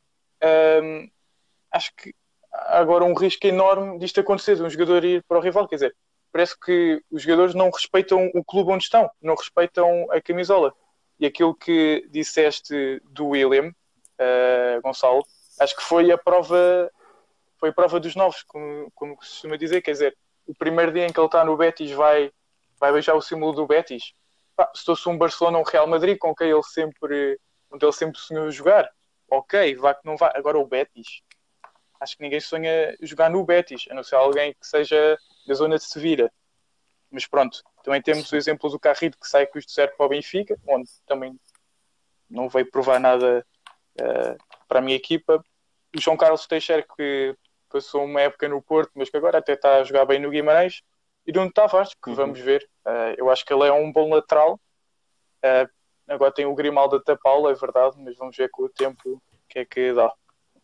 hum, acho que há agora um risco enorme disto acontecer, de um jogador ir para o rival, quer dizer, parece que os jogadores não respeitam o clube onde estão, não respeitam a camisola. E aquilo que disseste do William, uh, Gonçalo, acho que foi a prova, foi a prova dos novos, como, como se costuma dizer, quer dizer, o primeiro dia em que ele está no Betis vai, vai beijar o símbolo do Betis. Pá, se fosse um Barcelona ou um Real Madrid com quem ele sempre, onde ele sempre sonhou jogar, ok, vá que não vá. Agora o Betis, acho que ninguém sonha jogar no Betis, a não ser alguém que seja da zona de Sevilha. Mas pronto, também temos o exemplo do Carrilho que sai custo zero para o Benfica, onde também não veio provar nada uh, para a minha equipa. O João Carlos Teixeira, que passou uma época no Porto, mas que agora até está a jogar bem no Guimarães. E Nuno Tavares, que Uhum. vamos ver. Uh, eu acho que ele é um bom lateral. Uh, agora tem o Grimaldo da Paula, é verdade, mas vamos ver com o tempo o que é que dá.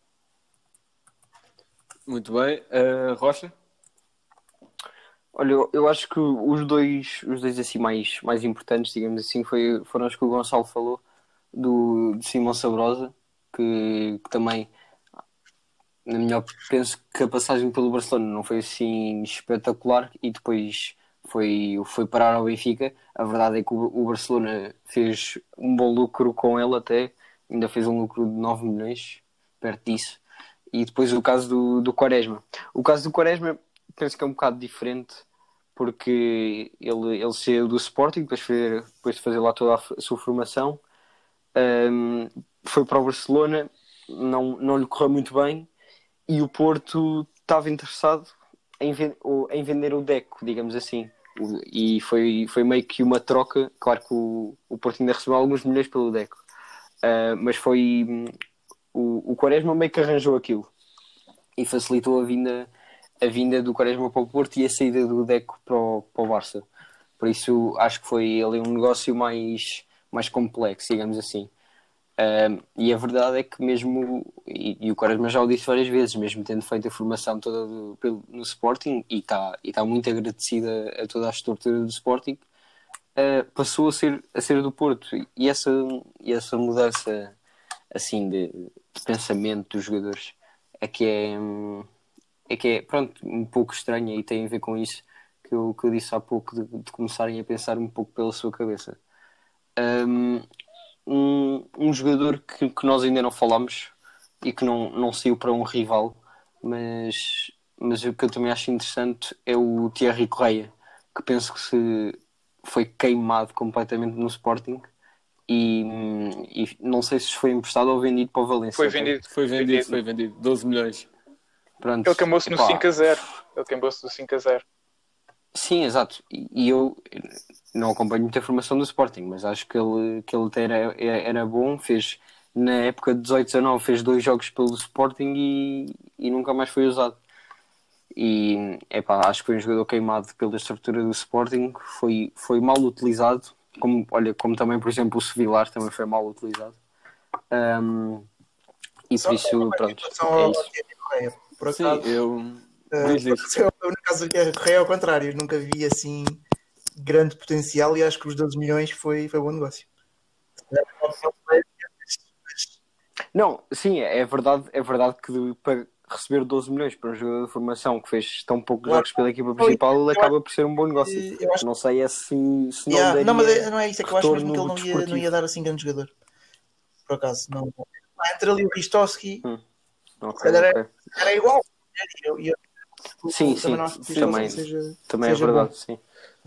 Muito bem. Uh, Rocha? Olha, eu, eu acho que os dois, os dois assim mais, mais importantes, digamos assim, foi, foram os que o Gonçalo falou, do, de Simão Sabrosa, que, que também, na minha opinião, penso que a passagem pelo Barcelona não foi assim espetacular e depois foi, foi parar ao Benfica. A verdade é que o, o Barcelona fez um bom lucro com ele até, ainda fez um lucro de nove milhões, perto disso. E depois o caso do, do Quaresma. O caso do Quaresma penso que é um bocado diferente, porque ele, ele saiu do Sporting, depois, foi, depois de fazer lá toda a sua formação, um, foi para o Barcelona, não, não lhe correu muito bem, e o Porto estava interessado em, ven- ou- em vender o Deco, digamos assim. O- E foi, foi meio que uma troca. Claro que o, o Porto ainda recebeu alguns milhões pelo Deco. Uh, mas foi hum, o, o Quaresma meio que arranjou aquilo e facilitou a vinda, a vinda do Quaresma para o Porto e a saída do Deco para o, para o Barça. Por isso acho que foi ali um negócio mais, mais complexo, digamos assim. Um, e a verdade é que mesmo, e, e o Quaresma já o disse várias vezes, mesmo tendo feito a formação toda do, pelo, no Sporting, e está e tá muito agradecida a toda a estrutura do Sporting, uh, passou a ser, a ser do Porto. E essa, e essa mudança assim de, de pensamento dos jogadores é que é, hum, é que é pronto, um pouco estranha e tem a ver com isso que eu, que eu disse há pouco, de, de começarem a pensar um pouco pela sua cabeça. Um, um, um jogador que, que nós ainda não falámos e que não, não saiu para um rival, mas, mas o que eu também acho interessante é o Thierry Correia, que penso que se foi queimado completamente no Sporting e, e não sei se foi emprestado ou vendido para o Valência. Foi ok? vendido. Foi vendido, foi vendido. doze milhões. Pronto. Ele queimou-se no Epá, cinco a zero. Ele queimou-se no cinco a zero. Sim, exato. E e eu não acompanho muita formação do Sporting, mas acho que ele, que ele até era, era bom. Fez, na época de dezoito a dezanove, fez dois jogos pelo Sporting e, e nunca mais foi usado. E epá, acho que foi um jogador queimado pela estrutura do Sporting. Foi, foi mal utilizado. Como, olha, como também, por exemplo, o Sevilar também foi mal utilizado. Um, e Só por isso, uma pronto, situação é ao isso. Thierry Correia. Por Sim, acaso, eu. eh, Diz, diz. eu, no caso do Thierry Correia, ao contrário, nunca vi assim grande potencial e acho que os doze milhões foi, foi bom negócio. Não, sim, é verdade, é verdade que de- para receber doze milhões para um jogador de formação que fez tão poucos Claro. jogos pela equipa principal, ele Eu acaba por ser um bom negócio. que- eu acho Não sei é se, se não Yeah, daria não, mas é- não é isso, é que eu acho mesmo retorno que ele não ia, desportivo. não ia dar assim grande jogador. Por acaso, não. Ah, entre ali o Ristovski, Hum, se Ok, calhar era, ok. era igual. E eu, e eu Sim, também sim, não acho que o também, Ristovski seja, também é seja verdade, bom. sim.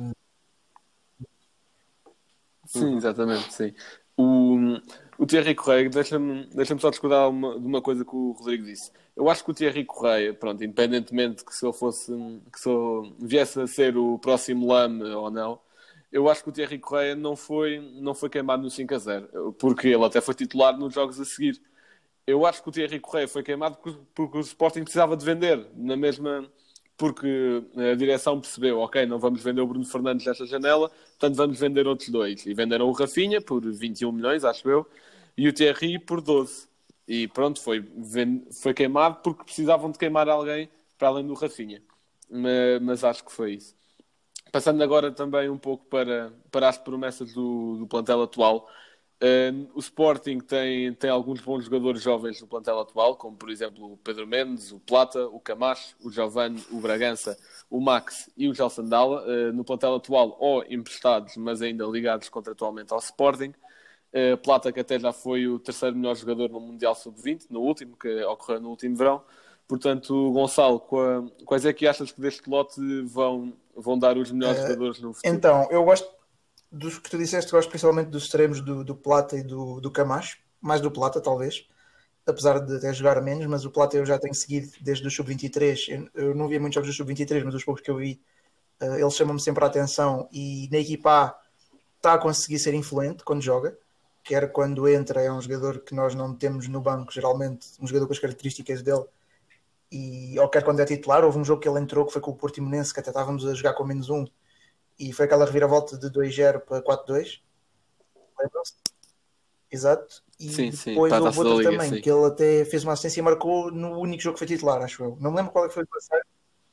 Sim, exatamente, sim. O, o Thierry Correia, deixa-me deixa só discordar uma, de uma coisa que o Rodrigo disse. Eu acho que o Thierry Correia, pronto, independentemente que se ele fosse, que se ele viesse a ser o próximo Lame ou não, eu acho que o Thierry Correia não foi, não foi queimado no cinco a zero, porque ele até foi titular nos jogos a seguir. Eu acho que o Thierry Correia foi queimado porque, porque o Sporting precisava de vender, na mesma... Porque a direção percebeu, ok, não vamos vender o Bruno Fernandes nesta janela, portanto vamos vender outros dois. E venderam o Rafinha por vinte e um milhões, acho eu, e o Thierry por doze. E pronto, foi, ven- foi queimado porque precisavam de queimar alguém para além do Rafinha. Mas, mas acho que foi isso. Passando agora também um pouco para, para as promessas do, do plantel atual. Uh, o Sporting tem, tem alguns bons jogadores jovens no plantel atual, como por exemplo o Pedro Mendes, o Plata, o Camacho, o Giovane, o Bragança, o Max e o Gelson Dalla. Uh, no plantel atual, ou emprestados, mas ainda ligados contratualmente ao Sporting. Uh, Plata, que até já foi o terceiro melhor jogador no Mundial sub vinte, no último, que ocorreu no último verão. Portanto, Gonçalo, qua- quais é que achas que deste lote vão, vão dar os melhores Uh, jogadores no futuro? Então, eu gosto dos que tu disseste, gosto principalmente dos extremos do, do Plata e do, do Camacho, mais do Plata, talvez, apesar de até jogar menos, mas o Plata eu já tenho seguido desde o sub vinte e três. Eu, eu não via muitos jogos do sub vinte e três, mas os poucos que eu vi, uh, ele chama-me sempre a atenção e na equipa A está a conseguir ser influente quando joga, quer quando entra, é um jogador que nós não temos no banco, geralmente, um jogador com as características dele, e, ou quer quando é titular. Houve um jogo que ele entrou que foi com o Portimonense, que até estávamos a jogar com menos um, e foi aquela reviravolta de dois zero para quatro dois. Lembram-se? Exato. E Sim, sim, depois para a houve Taça da outro Liga, também, sim. que ele até fez uma assistência e marcou no único jogo que foi titular, acho eu. Não me lembro qual é que foi o adversário.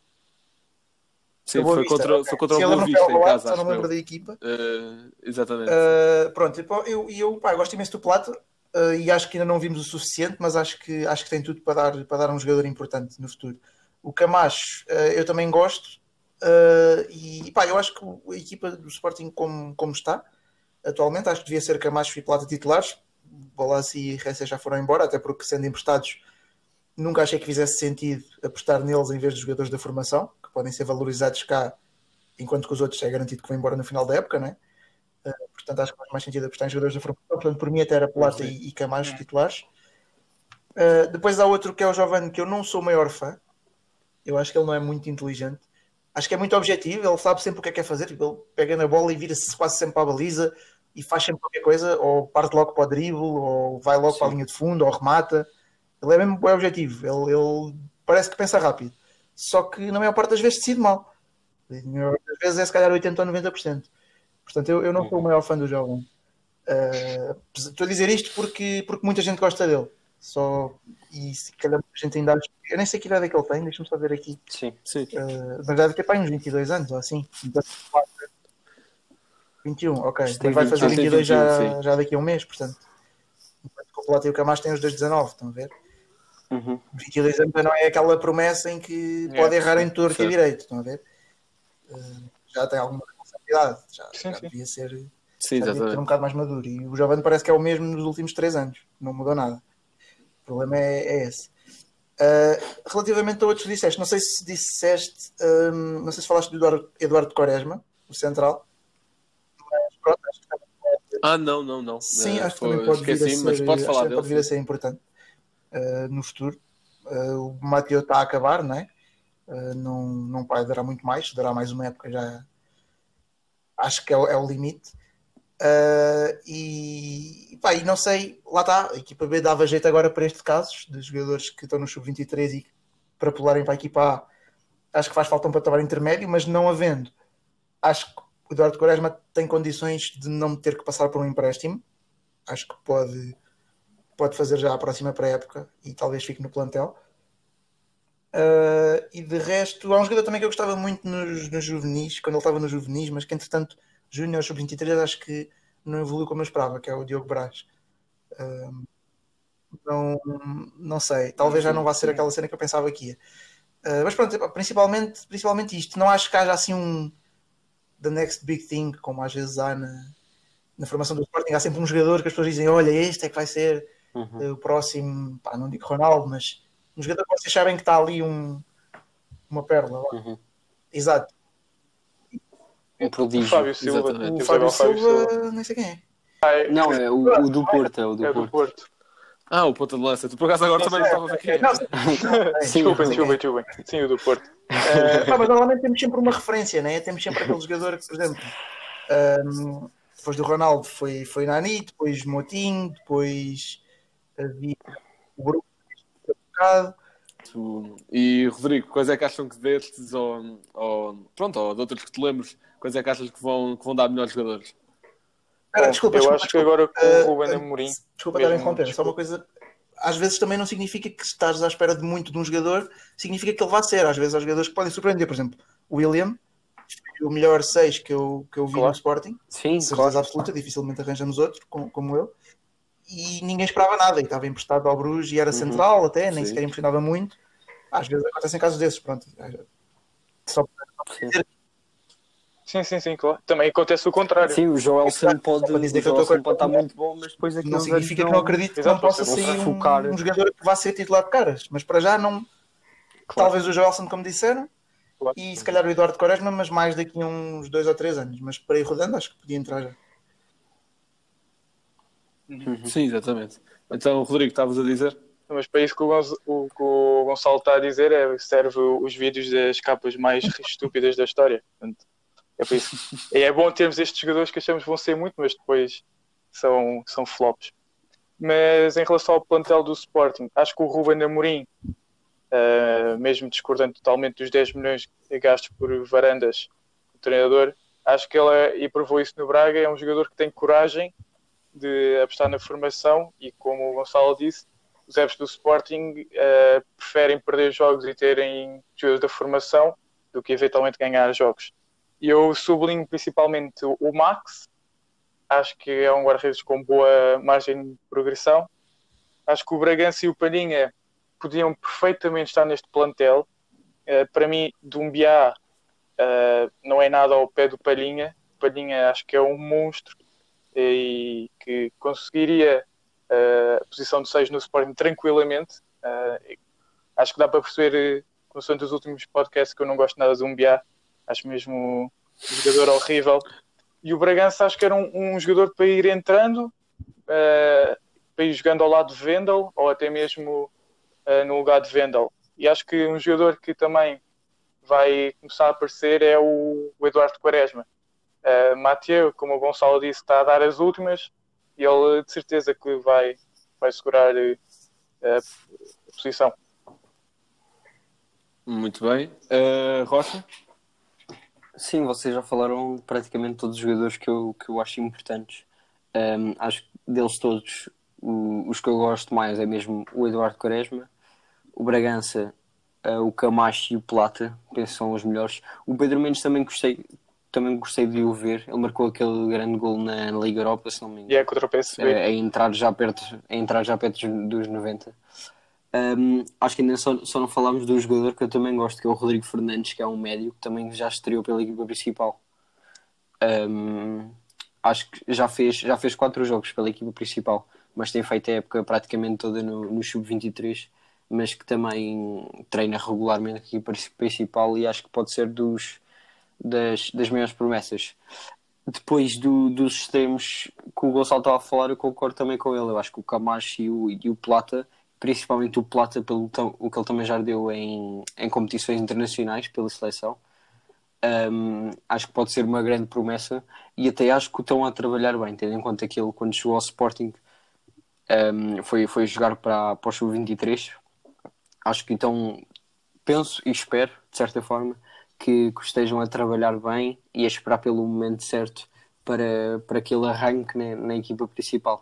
Sim, Boa foi Vista, contra, ok. foi contra Sim, o ele Boa não foi ao Vista, em Valado, casa, só não acho me lembro eu. da equipa. Uh, exatamente. Uh, pronto, então, eu, eu, pá, eu gosto imenso do Plata, uh, e acho que ainda não vimos o suficiente, mas acho que, acho que tem tudo para dar, para dar um jogador importante no futuro. O Camacho, uh, eu também gosto, uh, e pá, eu acho que a equipa do Sporting, como, como está atualmente, acho que devia ser Camacho e Plata titulares. Bolassi e Ressa já foram embora, até porque sendo emprestados, nunca achei que fizesse sentido apostar neles em vez de jogadores da formação, que podem ser valorizados cá, enquanto que os outros é garantido que vão embora no final da época, não é? Uh, portanto, acho que faz mais sentido apostar em jogadores da formação. Portanto, por mim, até era Plata Sim. e, e Camacho titulares. Uh, depois há outro que é o Giovane, que eu não sou o maior fã. Eu acho que ele não é muito inteligente. Acho que é muito objetivo, ele sabe sempre o que é que quer fazer. Tipo, ele pega na bola e vira-se quase sempre para a baliza e faz sempre qualquer coisa, ou parte logo para o drible, ou vai logo Sim. para a linha de fundo, ou remata. Ele é mesmo bem objetivo. Ele, ele parece que pensa rápido. Só que na maior parte das vezes decide mal. Na maior parte das vezes é se calhar oitenta ou noventa por cento. Portanto, eu, eu não sou o maior fã do jovem. Uh, estou a dizer isto porque, porque muita gente gosta dele. Só, e se calhar muita gente ainda. Eu nem sei que idade é que ele tem, deixa-me só ver aqui. Sim. Sim. Uh, mas deve ter para aí uns vinte e dois anos ou assim. vinte e um, ok. Isto tem Mas vai fazer vinte e um, vinte e dois já, sim. já daqui a um mês, portanto. Enquanto que o Plata e o Camacho têm os dois dezanove, estão a ver? Uhum. vinte e dois anos não é aquela promessa em que É, pode errar em torto e certo. direito, estão a ver? Uh, já tem alguma responsabilidade, já, Sim, já sim. devia ser. Sim, Já devia ter um exatamente. bocado mais maduro. E o Giovanni parece que é o mesmo nos últimos três anos. Não mudou nada. O problema é, é esse. Uh, relativamente a outros que disseste, não sei se disseste, um, não sei se falaste do Eduardo, Eduardo Quaresma, o central. Mas pronto, acho que também, Ah, não, não, não. sim, Eh, acho que foi- também pode vir a esqueci-me, mas ser, pode acho falar que dele. pode vir a sim. ser importante uh, no futuro. Uh, o Mateo está a acabar, não é? Uh, não, não vai durar muito mais, durará mais uma época já. Acho que é, o- é o limite. Uh, e, pá, e não sei, lá está, a equipa B dava jeito agora para estes casos de jogadores que estão no sub vinte e três e para pularem para a equipa A, acho que faz falta um patamar intermédio, mas não havendo, acho que o Eduardo Quaresma tem condições de não ter que passar por um empréstimo, acho que pode, pode fazer já a próxima pré-época e talvez fique no plantel. Uh, e de resto, há um jogador também que eu gostava muito nos, nos juvenis, quando ele estava nos juvenis, mas que entretanto, Júnior sub vinte e três, acho que não evoluiu como eu esperava, que é o Diogo Braz. Uh, não, não sei, talvez já não vá ser aquela cena que eu pensava que ia. Uh, mas pronto, epá, principalmente, principalmente isto. Não acho que haja assim um the next big thing, como às vezes há na, na formação do Sporting. Há sempre um jogador que as pessoas dizem: olha, este é que vai ser Uhum. uh, o próximo, pá, não digo Ronaldo, mas um jogador que vocês sabem que está ali um, uma pérola. Uhum. Exato. Um O prodígio. Fábio Silva. Exatamente. O Temos Fábio agora o Fábio Silva, Silva. nem sei quem é. Não, é o, o do Porto, é o do É do Porto. Porto. Ah, o ponta de lança. Tu por acaso agora Sim, também sim. estavas aqui. Não, Sim, Desculpem, sim. desculpem, desculpem. Sim, o do Porto. Uh, pá, mas normalmente temos sempre uma referência, né? Temos sempre aquele jogador que, por exemplo, um, depois do Ronaldo foi, foi Nani, depois Motinho, depois havia o grupo que bocado. Tu- E Rodrigo, quais é que acham que destes ou, ou pronto, ou de outros que te lembres, quais é que achas que vão, que vão dar melhores jogadores? Espera, Bom, desculpa, eu desculpa, acho que desculpa. agora com o Uh, Ruben uh, Amorim, Desculpa estar a mesmo, interromper, só uma desculpa. coisa. Às vezes também não significa que estás à espera de muito de um jogador, significa que ele vai ser. Às vezes há jogadores que podem surpreender. Por exemplo, o William, foi o melhor seis que eu, que eu vi Claro. no Sporting, Sim, certeza claro. absoluta, dificilmente arranjamos outro como, como ele. E ninguém esperava nada, e estava emprestado ao Bruges e era Uhum. central até, nem Sim. sequer impressionava muito. Às vezes acontecem casos desses, pronto. Só Sim. Sim, sim, sim, claro. Também acontece o contrário. Sim, o Joelson pode, Para dizer o que eu estou Joelson com- pode estar muito bom, mas depois aquilo não significa que não acredito que Exato, não possa pode ser sair um, focar. um jogador que vá ser titular de caras, mas para já não. Claro. Talvez o Joelson, como disseram, Claro. e se calhar o Eduardo Quaresma, mas mais daqui a uns dois ou três anos. Mas para ir rodando, acho que podia entrar já. Sim, exatamente. Então, Rodrigo, estavas a dizer? Mas para isso que o, Gonz- o que o Gonçalo está a dizer é serve os vídeos das capas mais estúpidas da história. Portanto, é por isso. E é bom termos estes jogadores que achamos que vão ser muito, mas depois são, são flops. Mas em relação ao plantel do Sporting, acho que o Ruben Amorim, uh, mesmo discordando totalmente dos dez milhões gastos por Varandas, o treinador, acho que ele, é, e provou isso no Braga, é um jogador que tem coragem de apostar na formação e, como o Gonçalo disse, os adeptos do Sporting uh, preferem perder jogos e terem jogadores da formação do que eventualmente ganhar jogos. E eu sublinho principalmente o, o Max, acho que é um guarda-redes com boa margem de progressão. Acho que o Bragança e o Palhinha podiam perfeitamente estar neste plantel. Uh, para mim, Dumbiá uh, não é nada ao pé do Palhinha. O Palhinha acho que é um monstro e que conseguiria uh, a posição de seis no Sporting tranquilamente. Uh, acho que dá para perceber, consoante os últimos podcasts, que eu não gosto nada de Dumbiá. Acho mesmo um jogador horrível. E o Bragança acho que era um, um jogador para ir entrando, uh, para ir jogando ao lado de Vendel, ou até mesmo uh, no lugar de Vendel. E acho que um jogador que também vai começar a aparecer é o, o Eduardo Quaresma. Uh, Mathieu, como o Gonçalo disse, está a dar as últimas e ele de certeza que vai, vai segurar uh, a posição. Muito bem. Uh, Rocha? Sim, vocês já falaram praticamente todos os jogadores que eu, que eu acho importantes. Um, acho que deles todos, o, os que eu gosto mais é mesmo o Eduardo Quaresma, o Bragança, uh, o Camacho e o Plata, penso que são os melhores. O Pedro Mendes também gostei, também gostei de o ver. Ele marcou aquele grande gol na, na Liga Europa, se não me engano. E é contra o P S V. É, é entrar já perto, é entrar já perto dos noventa. Um, acho que ainda só, só não falámos do jogador que eu também gosto, que é o Rodrigo Fernandes, que é um médio que também já estreou pela equipa principal. Um, acho que já fez, já fez quatro jogos pela equipa principal, mas tem feito a época praticamente toda no, no sub vinte e três, mas que também treina regularmente a equipa principal e acho que pode ser dos, das, das maiores promessas. Depois do, dos extremos que o Gonçalo estava a falar, eu concordo também com ele. Eu acho que o Camacho e o, e o Plata, principalmente o Plata, pelo o que ele também já deu em, em competições internacionais pela seleção, um, acho que pode ser uma grande promessa e até acho que o estão a trabalhar bem, tendo em conta que ele, quando chegou ao Sporting, um, foi, foi jogar para, para o sub vinte e três. Acho que então penso e espero, de certa forma, que, que estejam a trabalhar bem e a esperar pelo momento certo para, para que ele arranque na, na equipa principal.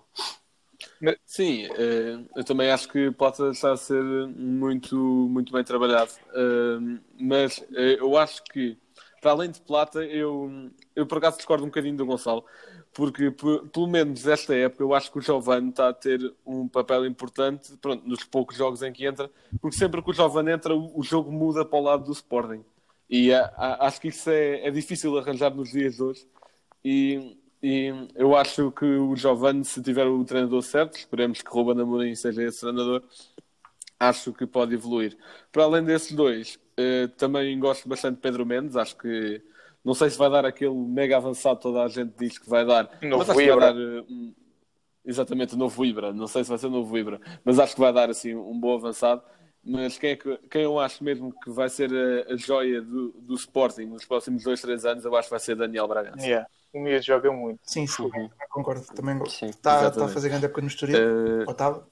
Sim, eu também acho que Plata está a ser muito, muito bem trabalhado, mas eu acho que, para além de Plata, eu, eu por acaso discordo um bocadinho do Gonçalo, porque pelo menos esta época eu acho que o Giovane está a ter um papel importante, pronto, nos poucos jogos em que entra, porque sempre que o Giovane entra o jogo muda para o lado do Sporting, e a, a, acho que isso é, é difícil arranjar nos dias de hoje, e... E eu acho que o Giovane, se tiver o treinador certo, esperemos que Ruben Amorim seja esse treinador, acho que pode evoluir. Para além desses dois, eh, também gosto bastante de Pedro Mendes. Acho que, não sei se vai dar aquele mega avançado, toda a gente diz que vai dar. Novo mas acho que vai Ibra. dar eh, um, exatamente o novo Ibra. Não sei se vai ser o novo Ibra, mas acho que vai dar assim um bom avançado. Mas quem, é que, quem eu acho mesmo que vai ser a, a joia do, do Sporting nos próximos dois, três anos, eu acho que vai ser Daniel Bragança. Yeah. O Mias joga muito. Sim, sim, Uhum. concordo. Também Sim, está, exatamente. está a fazer grande época no Estoril, Eh, ou estava.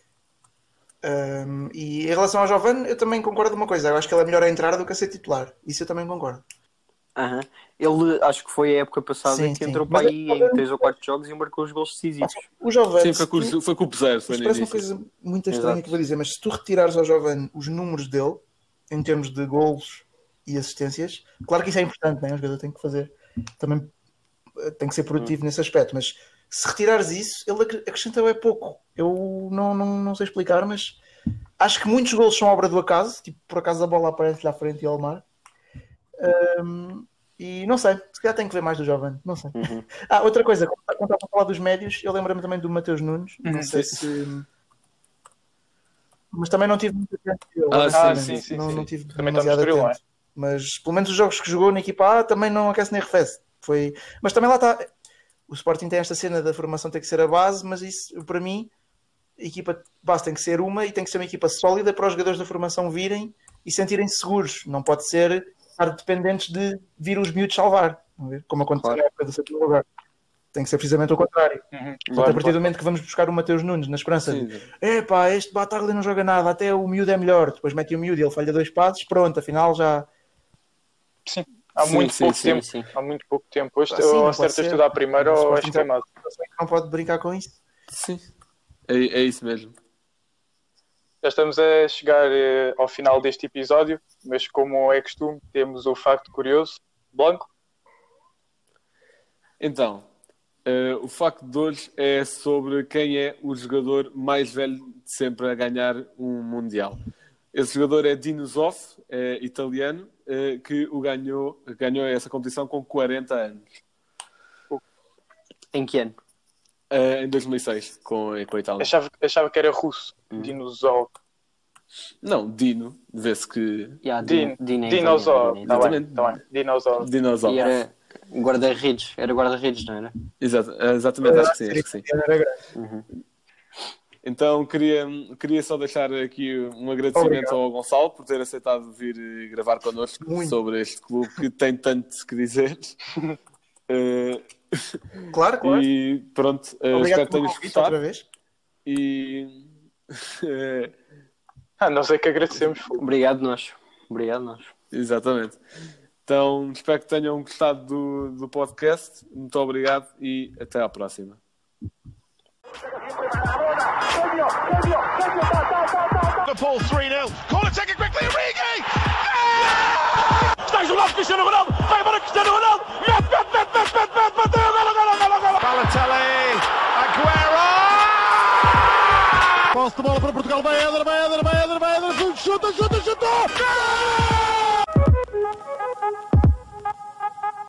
Um, e em relação ao Giovane, eu também concordo uma coisa. Eu acho que ele é melhor a entrar do que a ser titular. Isso eu também concordo. Uhum. Ele, acho que foi a época passada Sim, que sim. entrou Mas para aí ele- em três ou quatro jogos e marcou os gols decisivos. O Giovane, Sim, foi com, se tu- o- foi com o Peseiro, foi isto no parece uma início. coisa muito estranha Exato. que eu vou dizer, mas se tu retirares ao Giovane os números dele, em termos de golos e assistências, claro que isso é importante, né? O jogador tem que fazer, também eh, tem que ser produtivo nesse aspecto, mas se retirares isso, ele acre- acrescenta é pouco. Eu não, não, não sei explicar, mas acho que muitos golos são obra do acaso, tipo, por acaso a bola aparece-lhe à frente e ao mar. Um, e não sei, se calhar tenho que ver mais do Giovane, não sei. Uhum. Ah, outra coisa, quando quando estava a falar dos médios, eu lembro-me também do Mateus Nunes, não Uhum. sei se... Mas também não tive muito tempo. Eu, Ah, honestamente, sim, sim, não, sim. não tive Também está no demasiado Estoril, não é? atento. Mas pelo menos os jogos que jogou na equipa A também não aquece nem arrefece. Foi... Mas também lá está. O Sporting tem esta cena da formação ter que ser a base, mas isso, para mim, a equipa base tem que ser uma e tem que ser uma equipa sólida para os jogadores da formação virem e sentirem-se seguros. Não pode ser estar dependentes de vir os miúdos salvar. Estão a ver? Como aconteceu Claro. na época do sétimo lugar. Tem que ser precisamente o contrário. Uhum. Portanto, Claro, a partir do momento que vamos buscar o Mateus Nunes na esperança Sim, de epá, este Bataglia não joga nada, até o miúdo é melhor, depois mete o miúdo e ele falha dois passos, pronto, afinal já... Há Sim, muito sim, pouco sim, tempo. sim. Há muito pouco tempo. Hoje Ah, sim, não ou pode acertas ser. tudo à primeira O ou Sporting és queimado. não pode brincar com isso. sim. É, é isso mesmo. Já estamos a chegar eh, ao final deste episódio, mas como é costume, temos o facto curioso. Blanco? Então, eh, o facto de hoje é sobre quem é o jogador mais velho de sempre a ganhar um Mundial. Esse jogador é Dino Zoff, é italiano, eh, que o ganhou, ganhou essa competição com quarenta anos, Em que ano? eh, em dois mil e seis, com, com a Itália. Achava, achava que era russo. Hum. Dinosaur. Não, Dino, vê-se que... Yeah, Din, Din- Din é Dinosaur. italiano, Tá Din é bem, Exatamente. tá bem. Dinosaur. Dinosaur. E era guarda-redes, era guarda-redes, não era? Exato, exatamente, acho que sim, acho que sim. Era grande. Uhum. Então queria, queria só deixar aqui um agradecimento Obrigado. ao Gonçalo por ter aceitado vir eh, gravar connosco Muito. sobre este clube que tem tanto que dizer. Eh, Claro, claro. E pronto, eh, Obrigado espero que pelo tenhas convite gostado. outra vez. E eh, Ah, nós é que agradecemos. fogo. Obrigado nós. Obrigado nós. exatamente. Então espero que tenham gostado do, do podcast. Muito obrigado e até à próxima. Liverpool three nil. Corner taken quickly. Origi! Está jogado Cristiano Ronaldo. Vai embora Cristiano Ronaldo. Mete, mete, mete, mete, mete, mete. Bateu. Golo, golo, golo, golo. Balotelli. Aguero! Posse de bola para Portugal. Vai Éder, vai Éder, vai Éder, vai Éder. Chuta, chuta, chuta.